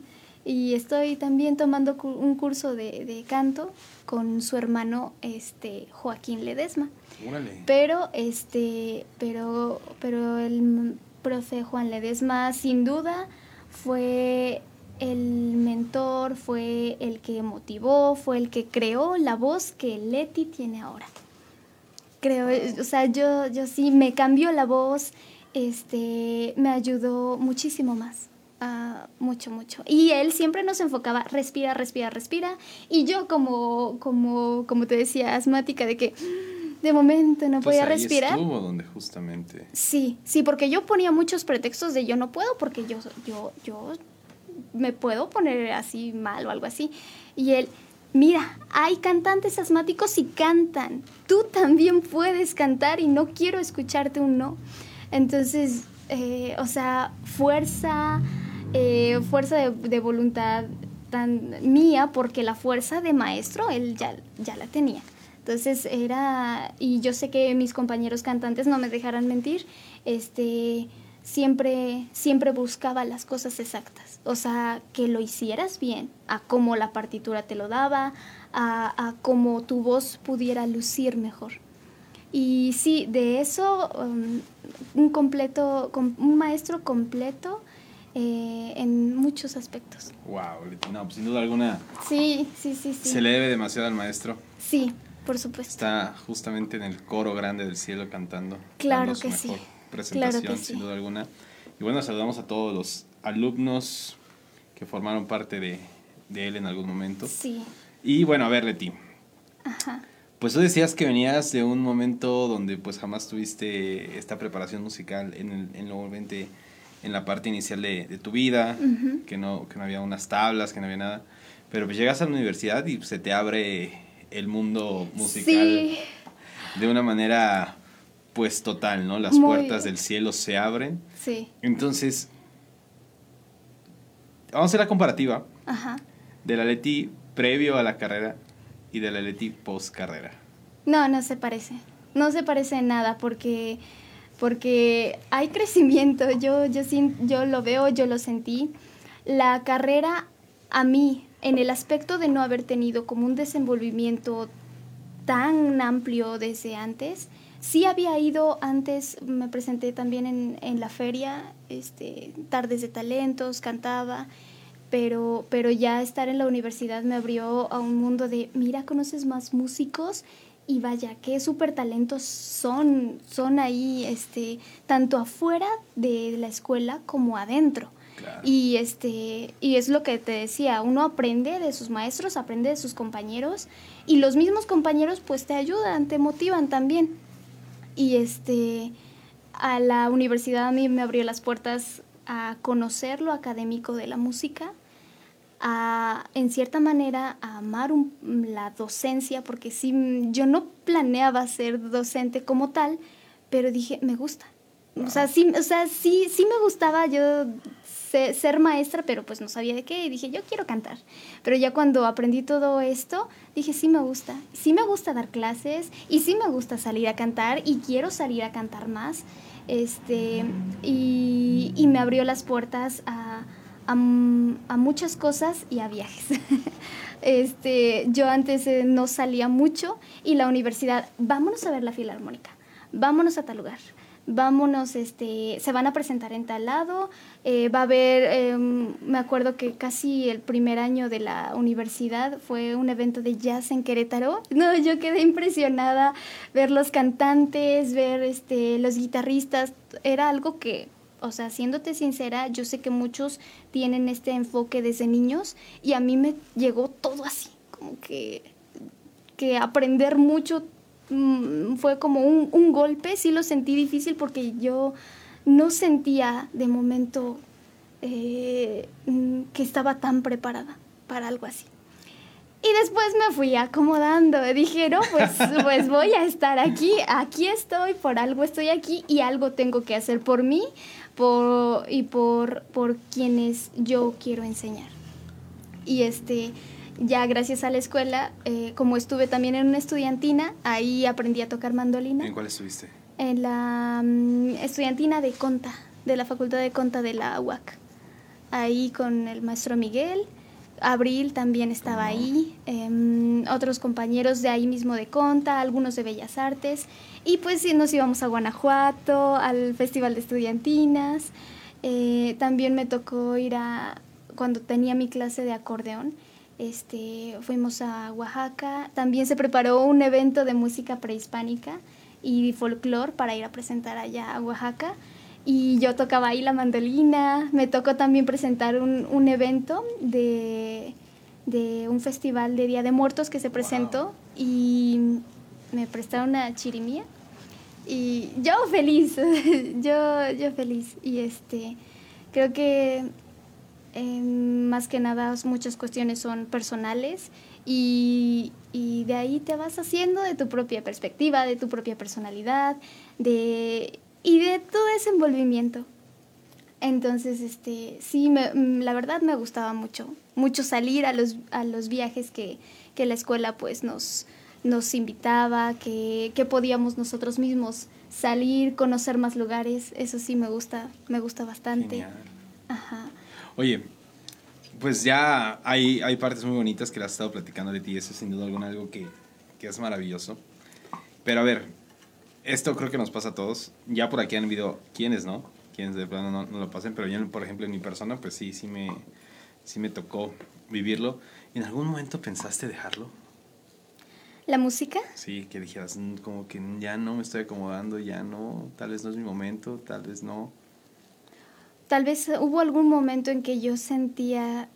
Y estoy también tomando cu- un curso de, de canto con su hermano este, Joaquín Ledesma. Órale. Pero, este, pero, pero el profe Juan Ledesma, sin duda, fue el mentor, fue el que motivó, fue el que creó la voz que Leti tiene ahora. Creo, o sea, yo, yo sí, me cambió la voz, este, me ayudó muchísimo más. Uh, mucho, mucho. Y él siempre nos enfocaba, respira, respira, respira. Y yo como, como, como te decía, asmática, de que de momento no Entonces, podía ahí respirar. estuvo donde justamente... Sí, sí, porque yo ponía muchos pretextos de yo no puedo, porque yo, yo, yo me puedo poner así mal o algo así. Y él, mira, hay cantantes asmáticos y cantan. Tú también puedes cantar y no quiero escucharte un no. Entonces, eh, o sea, fuerza... Eh, fuerza de, de voluntad tan mía, porque la fuerza de maestro él ya, ya la tenía. Entonces era, y yo sé que mis compañeros cantantes no me dejarán mentir, este, siempre, siempre buscaba las cosas exactas. O sea, que lo hicieras bien, a cómo la partitura te lo daba, a, a cómo tu voz pudiera lucir mejor. Y sí, de eso, um, un completo, un maestro completo, Eh, en muchos aspectos. Wow, Leti, no, pues sin duda alguna. Sí, sí, sí, sí. Se le debe demasiado al maestro. Sí, por supuesto. Está justamente en el coro grande del cielo cantando. Claro dando su que mejor sí. presentación, Claro que sí. sin duda alguna. Y bueno, saludamos a todos los alumnos que formaron parte de, de él en algún momento. Sí. Y bueno, a ver, Leti. Ajá. Pues tú decías que venías de un momento donde pues jamás tuviste esta preparación musical en, el, en lo obviamente en la parte inicial de, de tu vida, uh-huh. que, no, que no había unas tablas, que no había nada, pero pues llegas a la universidad y se te abre el mundo musical sí. de una manera pues total, ¿no? Las Muy puertas bien. Del cielo se abren. Sí. Entonces, vamos a hacer la comparativa Ajá. de la Leti previo a la carrera y de la Leti post carrera. No, no se parece, no se parece en nada, porque... porque hay crecimiento, yo, yo, yo lo veo, yo lo sentí. La carrera, a mí, en el aspecto de no haber tenido como un desenvolvimiento tan amplio desde antes, sí había ido antes, me presenté también en, en la feria, este, tardes de talentos, cantaba, pero, pero ya estar en la universidad me abrió a un mundo de, mira, conoces más músicos. Y vaya, qué súper talentos son, son ahí, este, tanto afuera de la escuela como adentro. Claro. Y, este, y es lo que te decía, uno aprende de sus maestros, aprende de sus compañeros, y los mismos compañeros pues te ayudan, te motivan también. Y este, a la universidad a mí me abrió las puertas a conocer lo académico de la música, a, en cierta manera, a amar un, la docencia, porque sí, yo no planeaba ser docente como tal, pero dije, me gusta. Wow. O sea, sí, o sea, sí, sí me gustaba yo ser, ser maestra, pero pues no sabía de qué, y dije, yo quiero cantar. Pero ya cuando aprendí todo esto, dije, sí me gusta. Sí me gusta dar clases, y sí me gusta salir a cantar, y quiero salir a cantar más. Este, y, y me abrió las puertas a... A, a muchas cosas y a viajes. este, yo antes eh, no salía mucho, y la universidad, vámonos a ver la Filarmónica, vámonos a tal lugar, vámonos, este, se van a presentar en tal lado, eh, va a haber, eh, me acuerdo que casi el primer año de la universidad fue un evento de jazz en Querétaro. No, yo quedé impresionada, ver los cantantes, ver este, los guitarristas, era algo que... O sea, siéndote sincera, yo sé que muchos tienen este enfoque desde niños, y a mí me llegó todo así, como que, que aprender mucho mm, fue como un, un golpe, sí lo sentí difícil porque yo no sentía de momento eh, que estaba tan preparada para algo así. Y después me fui acomodando, dije, no, pues, pues voy a estar aquí, aquí estoy, por algo estoy aquí y algo tengo que hacer por mí por, y por, por quienes yo quiero enseñar. Y este, ya gracias a la escuela, eh, como estuve también en una estudiantina, ahí aprendí a tocar mandolina. ¿En cuál estuviste? En la um, estudiantina de Conta, de la Facultad de Conta de la U A C. Ahí con el maestro Miguel. Abril también estaba no? ahí, eh, otros compañeros de ahí mismo de Conta, algunos de Bellas Artes, y pues sí, nos íbamos a Guanajuato, al Festival de Estudiantinas. Eh, también me tocó ir a, cuando tenía mi clase de acordeón, este, fuimos a Oaxaca. También se preparó un evento de música prehispánica y folclore para ir a presentar allá a Oaxaca. Y yo tocaba ahí la mandolina. Me tocó también presentar un, un evento de, de un festival de Día de Muertos que se presentó. Wow. Y me prestaron una chirimía. Y yo feliz, yo, yo feliz. Y este, creo que eh, más que nada muchas cuestiones son personales. Y, y de ahí te vas haciendo de tu propia perspectiva, de tu propia personalidad, de... y de todo ese envolvimiento. Entonces, este, sí, me, la verdad me gustaba mucho, mucho salir a los, a los viajes que, que la escuela pues nos, nos invitaba, que, que podíamos nosotros mismos salir, conocer más lugares. Eso sí me gusta, me gusta bastante. Genial. Ajá. Oye, pues ya hay, hay partes muy bonitas que las has estado platicando de ti, eso es sin duda alguna algo que, que es maravilloso. Pero a ver, esto creo que nos pasa a todos. Ya por aquí han habido quienes no, quienes de plano no, no lo pasen, pero yo, por ejemplo, en mi persona, pues sí, sí me, sí me tocó vivirlo. ¿En algún momento pensaste dejarlo? ¿La música? Sí, que dijeras, como que ya no me estoy acomodando, ya no, tal vez no es mi momento, tal vez no. Tal vez hubo algún momento en que yo sentía,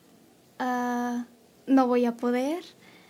uh, no voy a poder,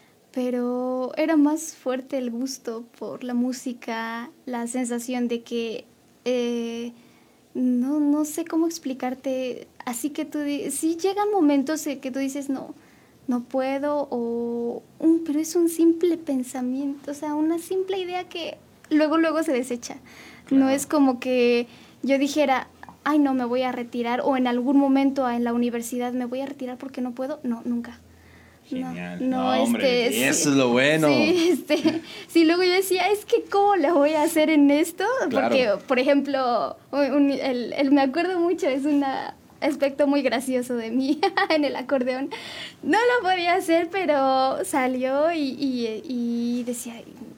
pero era más fuerte el gusto por la música, la sensación de que, eh, no, no sé cómo explicarte, así que tú, sí llegan momentos en que tú dices, no, no puedo, o, un, pero es un simple pensamiento, o sea, una simple idea que luego, luego se desecha. Claro. No es como que yo dijera, ay, no, me voy a retirar, o en algún momento en la universidad me voy a retirar porque no puedo, no, nunca. Genial. No, no, no hombre, este, eso sí, es lo bueno. Sí, este, sí, luego yo decía, es que ¿cómo le voy a hacer en esto? Claro. Porque, por ejemplo, un, el, el, me acuerdo mucho, es un aspecto muy gracioso de mí en el acordeón. No lo podía hacer, pero salió y, y, y decía,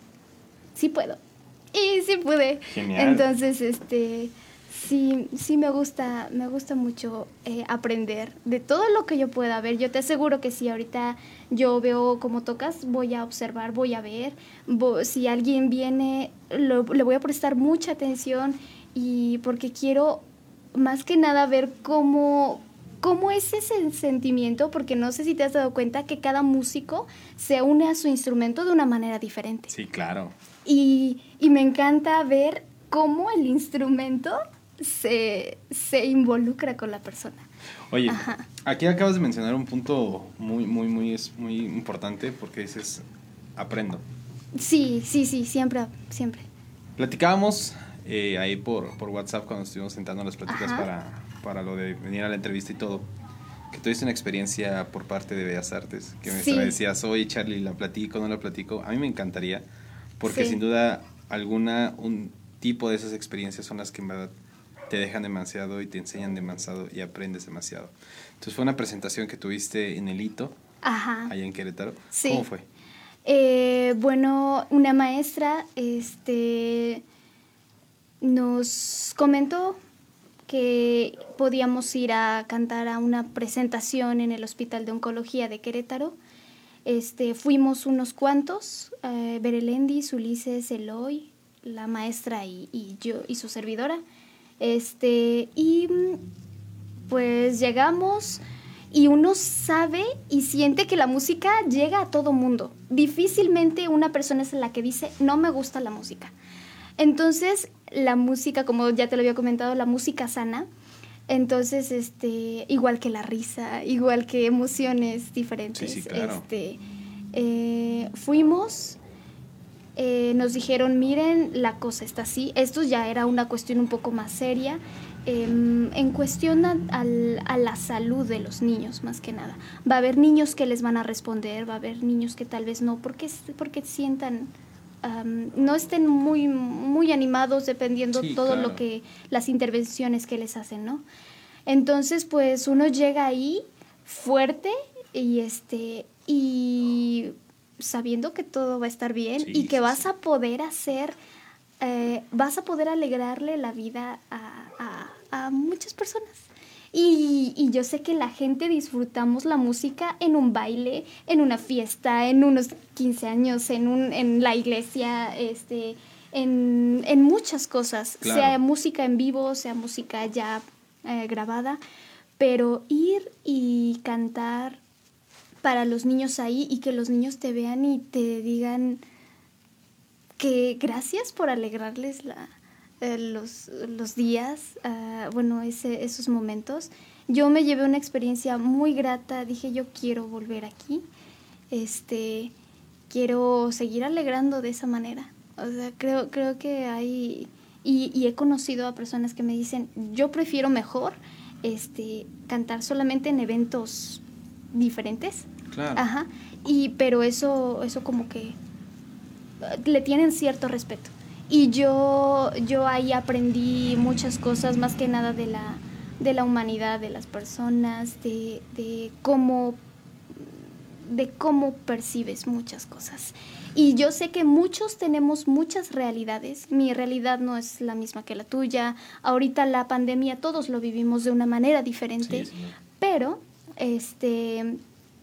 sí puedo. Y sí pude. Genial. Entonces, este... Sí, sí me gusta, me gusta mucho eh, aprender de todo lo que yo pueda ver. Yo te aseguro que si ahorita yo veo cómo tocas, voy a observar, voy a ver. Vo- si alguien viene, lo, le voy a prestar mucha atención, y porque quiero más que nada ver cómo, cómo es ese sentimiento, porque no sé si te has dado cuenta que cada músico se une a su instrumento de una manera diferente. Sí, claro. Y, y me encanta ver cómo el instrumento se, se involucra con la persona. Oye, Ajá. Aquí acabas de mencionar un punto muy, muy, muy, es muy importante, porque dices, aprendo. Sí, sí, sí, siempre, siempre. Platicábamos eh, ahí por, por WhatsApp cuando estuvimos sentando las pláticas Ajá. para, para lo de venir a la entrevista y todo, que tuviste una experiencia por parte de Bellas Artes, que me Sí. decías, oye Charlie, ¿la platico, no la platico? A mí me encantaría, porque Sí. sin duda alguna, un tipo de esas experiencias son las que en verdad te dejan demasiado y te enseñan demasiado y aprendes demasiado. Entonces fue una presentación que tuviste en el Hito, Ajá. allá en Querétaro. Sí. ¿Cómo fue? Eh, bueno, una maestra este, nos comentó que podíamos ir a cantar a una presentación en el Hospital de Oncología de Querétaro. Este, fuimos unos cuantos, eh, Berelendis, Ulises, Eloy, la maestra y, y yo y su servidora. Este, y pues llegamos y uno sabe y siente que la música llega a todo mundo. Difícilmente una persona es la que dice, no me gusta la música. Entonces, la música, como ya te lo había comentado, la música sana. Entonces, este, igual que la risa, igual que emociones diferentes. Sí, sí, claro. Este, eh, fuimos, eh, nos dijeron, miren, la cosa está así. Esto ya era una cuestión un poco más seria. Eh, en cuestión a, a, a la salud de los niños, más que nada. Va a haber niños que les van a responder, va a haber niños que tal vez no, porque, porque sientan, um, no estén muy, muy animados dependiendo sí, todo claro. lo que, las intervenciones que les hacen, ¿no? Entonces, pues uno llega ahí fuerte y este, y sabiendo que todo va a estar bien sí, y que sí, vas sí. a poder hacer, eh, vas a poder alegrarle la vida a, a a muchas personas. Y, y yo sé que la gente disfrutamos la música en un baile, en una fiesta, en unos quince años, en, un, en la iglesia, este, en, en muchas cosas. Claro. Sea música en vivo, sea música ya eh, grabada. Pero ir y cantar para los niños ahí y que los niños te vean y te digan que gracias por alegrarles la... Eh, los, los días, uh, bueno, ese, esos momentos. Yo me llevé una experiencia muy grata, dije yo quiero volver aquí, este, quiero seguir alegrando de esa manera. O sea, creo, creo que hay, y, y he conocido a personas que me dicen, yo prefiero mejor este, cantar solamente en eventos diferentes. Claro. Ajá, y, pero eso, eso como que le tienen cierto respeto. Y yo, yo ahí aprendí muchas cosas, más que nada de la, de la humanidad de las personas, de, de, cómo, de cómo percibes muchas cosas. Y yo sé que muchos tenemos muchas realidades. Mi realidad no es la misma que la tuya. Ahorita la pandemia todos lo vivimos de una manera diferente. Sí, sí. Pero, este,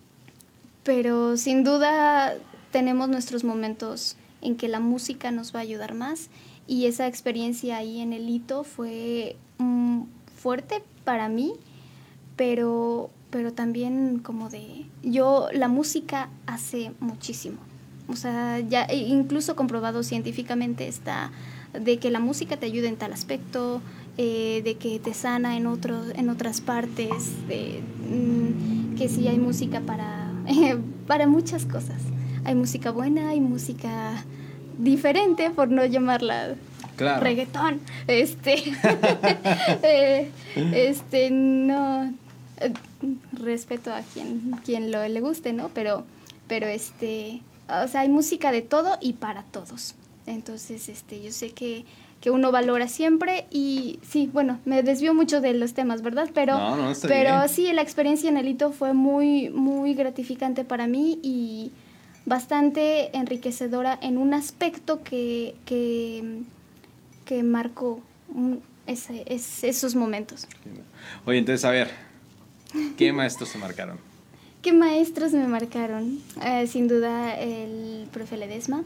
pero sin duda tenemos nuestros momentos en que la música nos va a ayudar más, y esa experiencia ahí en el hito fue mm, fuerte para mí, pero, pero también como de, yo, la música hace muchísimo, o sea, ya incluso comprobado científicamente está, de que la música te ayuda en tal aspecto, eh, de que te sana en, otros, en otras partes, de, mm, que sí hay música para, eh, para muchas cosas. Hay música buena, hay música diferente, por no llamarla claro. reggaetón. Este, eh, este, no, eh, respeto a quien, quien lo, le guste, ¿no? Pero, pero este, o sea, hay música de todo y para todos. Entonces, este, yo sé que, que uno valora siempre y sí, bueno, me desvío mucho de los temas, ¿verdad? Pero, no, no, está pero bien. Sí, la experiencia en el hito fue muy, muy gratificante para mí y bastante enriquecedora en un aspecto que, que, que marcó ese, ese, esos momentos. Oye, entonces, a ver, ¿qué maestros se marcaron? ¿Qué maestros me marcaron? Eh, sin duda el profe Ledesma,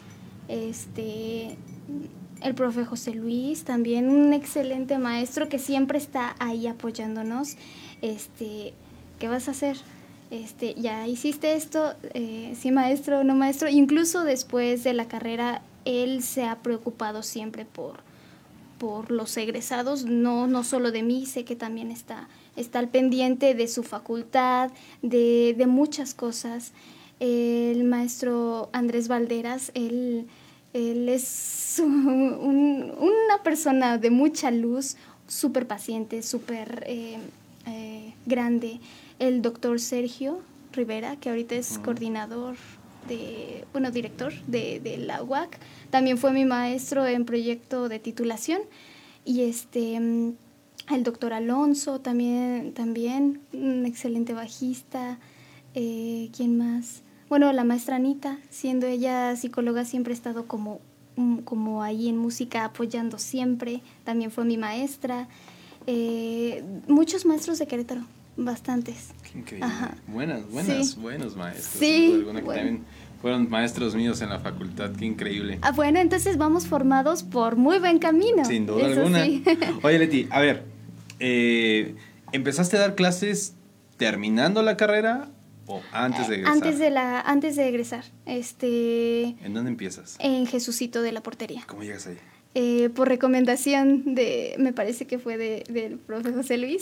este, el profe José Luis, también un excelente maestro que siempre está ahí apoyándonos. Este, ¿qué vas a hacer? Este, ya hiciste esto, eh, sí maestro, no maestro. Incluso después de la carrera, él se ha preocupado siempre por, por los egresados, no, no solo de mí, sé que también está, está al pendiente de su facultad, de, de muchas cosas. El maestro Andrés Valderas, él, él es un, un, una persona de mucha luz, súper paciente, súper eh, eh, grande. El doctor Sergio Rivera, que ahorita es uh-huh. coordinador, de, bueno, director de, de la U A C, también fue mi maestro en proyecto de titulación. Y este, el doctor Alonso, también, también un excelente bajista. Eh, ¿Quién más? Bueno, la maestra Anita, siendo ella psicóloga, siempre ha estado como, como ahí en música apoyando siempre. También fue mi maestra. Eh, muchos maestros de Querétaro. Bastantes. Qué increíble. Ajá. Buenas, buenas, sí. buenos maestros. Sí. Alguna que bueno. también fueron maestros míos en la facultad. Qué increíble. Ah, bueno, entonces vamos formados por muy buen camino. Sin duda Eso alguna. Sí. Oye, Leti, a ver, eh, empezaste a dar clases terminando la carrera o antes de egresar? Antes de, la, antes de egresar. Este, ¿En dónde empiezas? En Jesucito de la Portería. ¿Cómo llegas ahí? Eh, por recomendación de, me parece que fue de, del profe José Luis,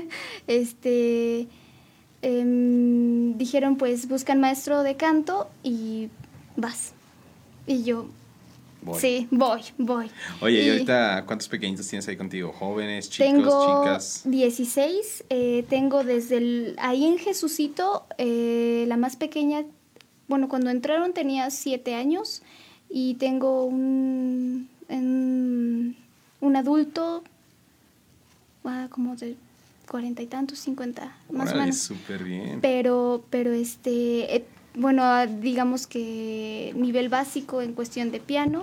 este, eh, dijeron pues buscan maestro de canto y vas. Y yo, voy. sí, voy, voy. Oye, ¿y, y ahorita cuántos pequeñitos tienes ahí contigo? ¿Jóvenes, chicos, tengo chicas? dieciséis, eh, tengo desde el, ahí en Jesucito, eh, la más pequeña, bueno, cuando entraron tenía siete años y tengo un... En un adulto ah, como de cuarenta y tantos, cincuenta, más Órale, o menos. Súper bien. Pero, pero este, eh, bueno, digamos que nivel básico en cuestión de piano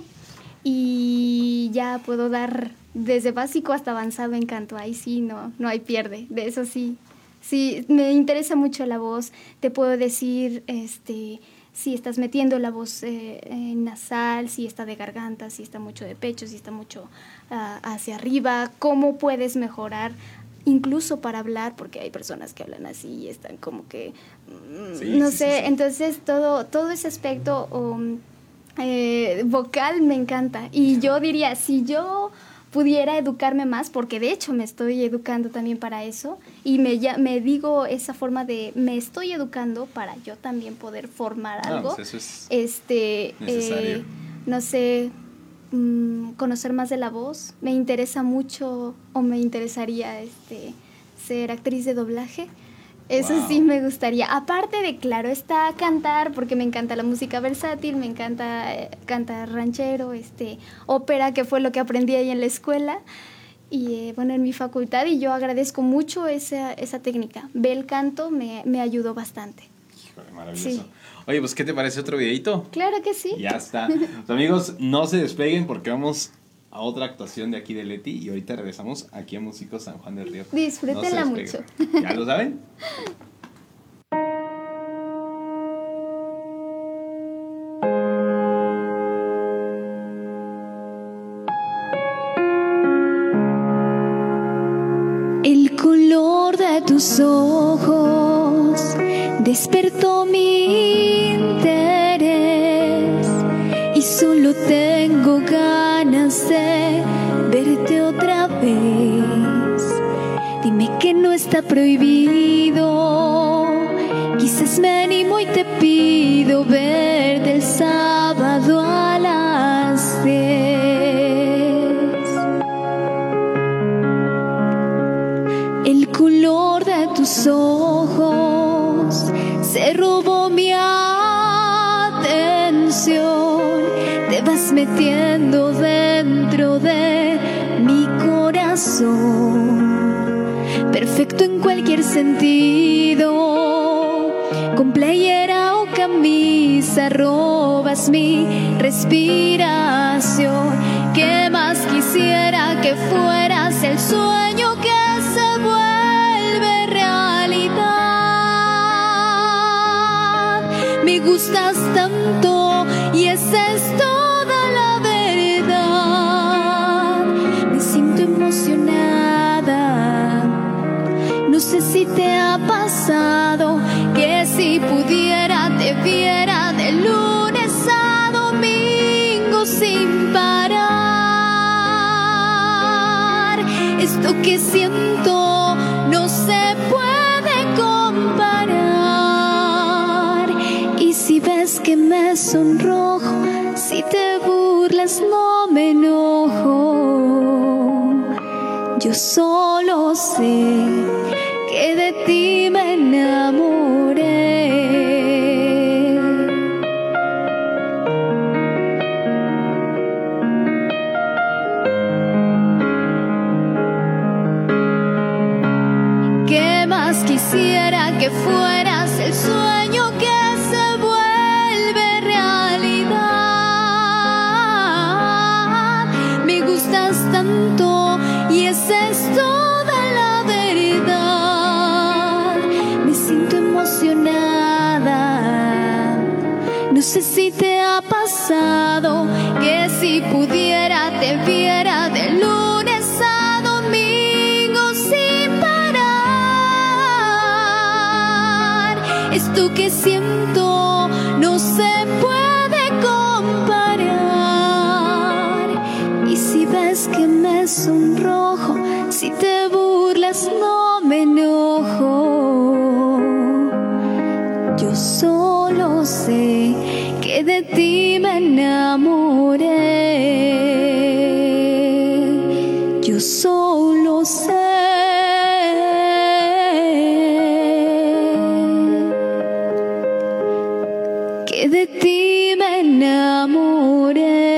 y ya puedo dar desde básico hasta avanzado en canto. Ahí sí, no, no hay pierde, de eso sí. Sí, me interesa mucho la voz, te puedo decir, este... si estás metiendo la voz eh, en nasal, si está de garganta, si está mucho de pecho, si está mucho uh, hacia arriba, cómo puedes mejorar, incluso para hablar, porque hay personas que hablan así y están como que, mm, sí, no sí, sé, sí, sí. Entonces todo, todo ese aspecto um, eh, vocal me encanta. Y yo diría, si yo pudiera educarme más, porque de hecho me estoy educando también para eso, y me, ya, me digo esa forma de me estoy educando para yo también poder formar algo. Ah, pues eso es este, necesario. Eh, no sé, mmm, conocer más de la voz. Me interesa mucho, o me interesaría este, ser actriz de doblaje. Eso wow. Sí me gustaría. Aparte de, claro, está cantar, porque me encanta la música versátil, me encanta eh, cantar ranchero, este, ópera, que fue lo que aprendí ahí en la escuela, y eh, bueno, en mi facultad, y yo agradezco mucho esa, esa técnica. Bel canto me, me ayudó bastante. Híjole, maravilloso. Sí. Oye, pues, ¿qué te parece otro videito? Claro que sí. Ya está. Pues, amigos, no se despeguen porque vamos a otra actuación de aquí de Leti y ahorita regresamos aquí a Músicos San Juan del Río. Disfrútenla no mucho. ¿Ya lo saben? El color de tus ojos despertó mi interés y solo tengo ganas de verte otra vez. Dime que no está prohibido, quizás me animo y te pido verte el sábado a las diez. El color de tus ojos se robó mi atención, te vas metiendo dentro de mi corazón, perfecto en cualquier sentido, con playera o camisa robas mi respiración. ¿Qué más quisiera que fueras el sueño que se vuelve realidad? Me gustas tanto y esa es toda la verdad. Me siento emocionada. No sé si te ha pasado que si pudiera te viera de lunes a domingo sin parar. Esto que siento no se puede comparar. Y si ves que me sonrojo, si te burlas no me enojo. Yo solo sé que de ti me enamoré. ¿Qué más quisiera que fueras el sueño que se vuelve realidad? Me gustas tanto y esa es toda la verdad. Me siento emocionada. No sé si te ha pasado que si pudiera te viera de lunes a domingo sin parar. lo que siento no se puede comparar. Y si ves que me sonrojo, si te burlas no me enojo. Yo solo sé que de ti me enamoré. Yo solo sé que de ti me enamoré.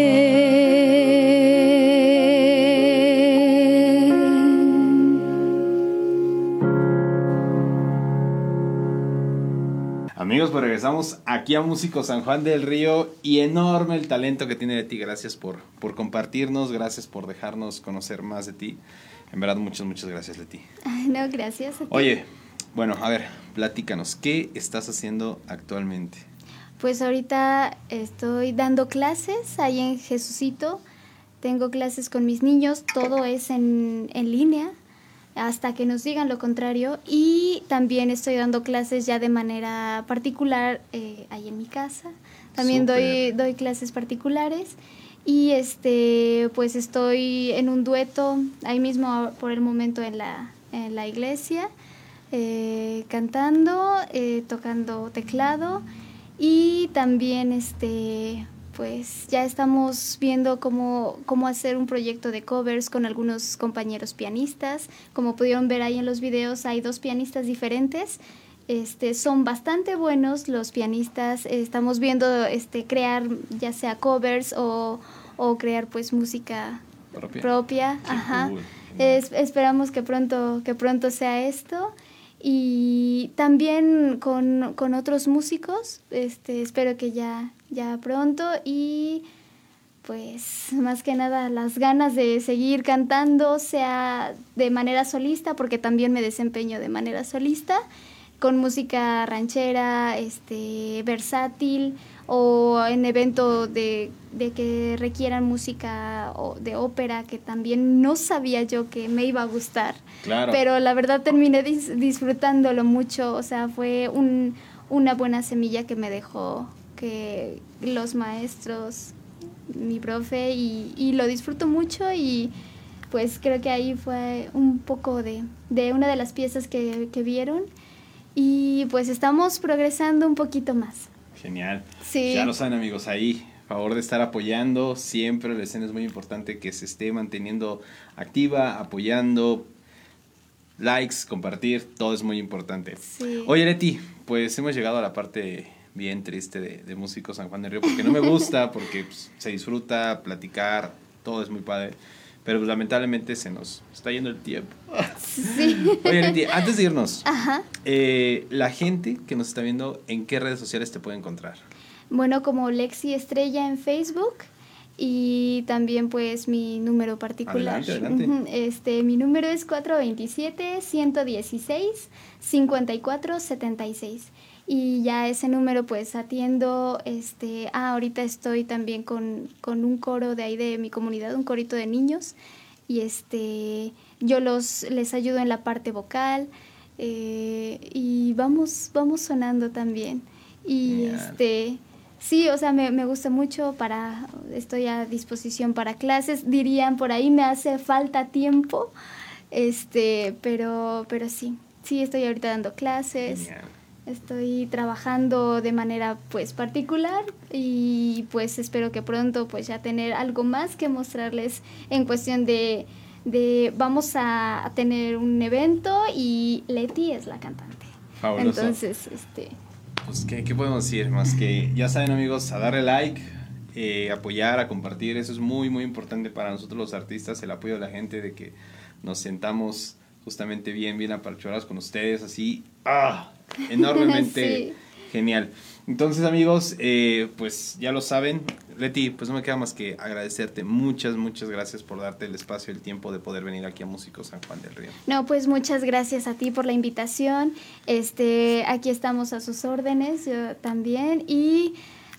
Amigos, pues regresamos aquí a Músicos San Juan del Río y enorme el talento que tiene Leti. Gracias por, por compartirnos, gracias por dejarnos conocer más de ti. En verdad, muchas, muchas gracias, Leti. Ay, no, gracias a ti. Oye, bueno, a ver, platícanos, ¿qué estás haciendo actualmente? Pues ahorita estoy dando clases ahí en Jesucito. Tengo clases con mis niños, todo es en, en línea, hasta que nos digan lo contrario. Y también estoy dando clases ya de manera particular eh, ahí en mi casa. También doy, doy clases particulares. Y este pues estoy en un dueto ahí mismo por el momento en la, en la iglesia, eh, cantando, eh, tocando teclado. Y también este pues ya estamos viendo cómo, cómo hacer un proyecto de covers con algunos compañeros pianistas. Como pudieron ver ahí en los videos, hay dos pianistas diferentes. Este, son bastante buenos los pianistas. Estamos viendo este, crear ya sea covers o, o crear pues música propia. propia. Ajá. Cool. Es, esperamos que pronto, que pronto sea esto. Y también con, con otros músicos, este, espero que ya, ya pronto. Y pues más que nada las ganas de seguir cantando, sea de manera solista, porque también me desempeño de manera solista, con música ranchera, este, versátil, o en eventos de, de que requieran música o de ópera, que también no sabía yo que me iba a gustar. Claro. Pero la verdad terminé dis- disfrutándolo mucho, o sea, fue un, una buena semilla que me dejó que los maestros, mi profe, y, y lo disfruto mucho. Y pues creo que ahí fue un poco de, de una de las piezas que, que vieron. Y pues estamos progresando un poquito más. Genial. Sí. Ya lo saben, amigos, ahí, favor de estar apoyando. Siempre la escena es muy importante que se esté manteniendo activa, apoyando. Likes, compartir, todo es muy importante. Sí. Oye, Leti, pues hemos llegado a la parte bien triste de, de Músicos San Juan del Río, porque no me gusta, porque pues, se disfruta, platicar, todo es muy padre. Pero pues, lamentablemente se nos está yendo el tiempo. Sí. Oye, Leti, antes de irnos, Ajá. Eh, la gente que nos está viendo, ¿en qué redes sociales te puede encontrar? Bueno, como Lexi Estrella en Facebook, y también pues mi número particular. Adelante, adelante. Este, mi número es cuatro dos siete, uno uno seis, cinco cuatro siete seis. Y ya ese número pues atiendo, este, ah, ahorita estoy también con, con un coro de ahí de mi comunidad, un corito de niños, y este, yo los, les ayudo en la parte vocal, eh, y vamos, vamos sonando también. Y yeah. este, sí, o sea, me, me gusta mucho, para, estoy a disposición para clases, dirían por ahí, me hace falta tiempo, este, pero, pero sí, sí estoy ahorita dando clases. Yeah. Estoy trabajando de manera pues particular y pues espero que pronto pues ya tener algo más que mostrarles en cuestión de, de vamos a, a tener un evento y Leti es la cantante. Fabuloso. Entonces, este... Pues, ¿qué, qué podemos decir? Más que, ya saben, amigos, a darle like, eh, apoyar, a compartir. Eso es muy, muy importante para nosotros los artistas, el apoyo de la gente, de que nos sentamos justamente bien, bien apachurrados con ustedes, así, ¡ah! Enormemente sí. Genial. Entonces, amigos, eh, pues ya lo saben. Leti, pues no me queda más que agradecerte. Muchas, muchas gracias por darte el espacio, el tiempo de poder venir aquí a Músicos San Juan del Río. No, pues muchas gracias a ti por la invitación. Este, aquí estamos a sus órdenes, yo también. Y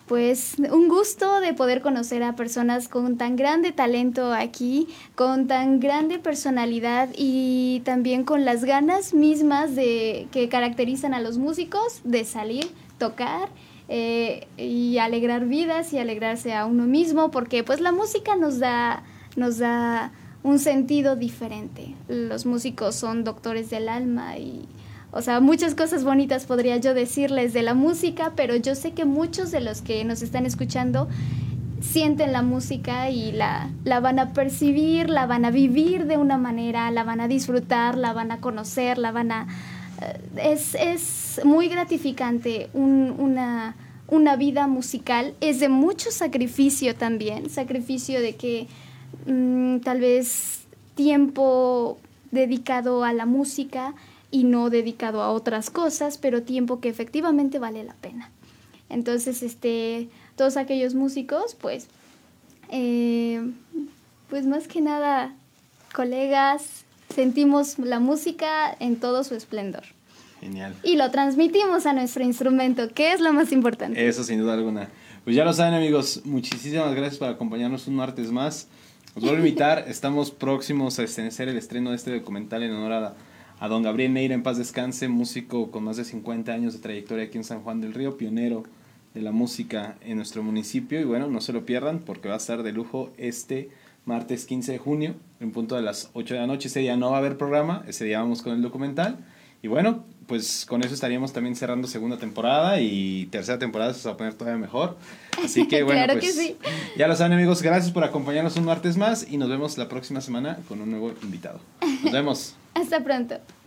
pues un gusto de poder conocer a personas con tan grande talento aquí, con tan grande personalidad y también con las ganas mismas de que caracterizan a los músicos de salir, tocar eh, y alegrar vidas y alegrarse a uno mismo, porque pues la música nos da, nos da un sentido diferente. Los músicos son doctores del alma y o sea, muchas cosas bonitas podría yo decirles de la música, pero yo sé que muchos de los que nos están escuchando sienten la música y la, la van a percibir, la van a vivir de una manera, la van a disfrutar, la van a conocer, la van a... Es, es muy gratificante un, una, una vida musical, es de mucho sacrificio también, sacrificio de que mmm, tal vez tiempo dedicado a la música y no dedicado a otras cosas, pero tiempo que efectivamente vale la pena. Entonces, este, todos aquellos músicos, pues, eh, pues más que nada, colegas, sentimos la música en todo su esplendor. Genial. Y lo transmitimos a nuestro instrumento, que es lo más importante. Eso, sin duda alguna. Pues ya lo saben, amigos, muchísimas gracias por acompañarnos un martes más. Os vuelvo a invitar, estamos próximos a hacer el estreno de este documental en honor a a don Gabriel Neira, en paz descanse, músico con más de cincuenta años de trayectoria aquí en San Juan del Río, pionero de la música en nuestro municipio. Y bueno, no se lo pierdan porque va a estar de lujo este martes quince de junio, en punto de las ocho de la noche. Ese día no va a haber programa, ese día vamos con el documental. Y bueno, pues con eso estaríamos también cerrando segunda temporada y tercera temporada se va a poner todavía mejor. Así que bueno, claro pues que sí. Ya lo saben, amigos, gracias por acompañarnos un martes más y nos vemos la próxima semana con un nuevo invitado. Nos vemos. Hasta pronto.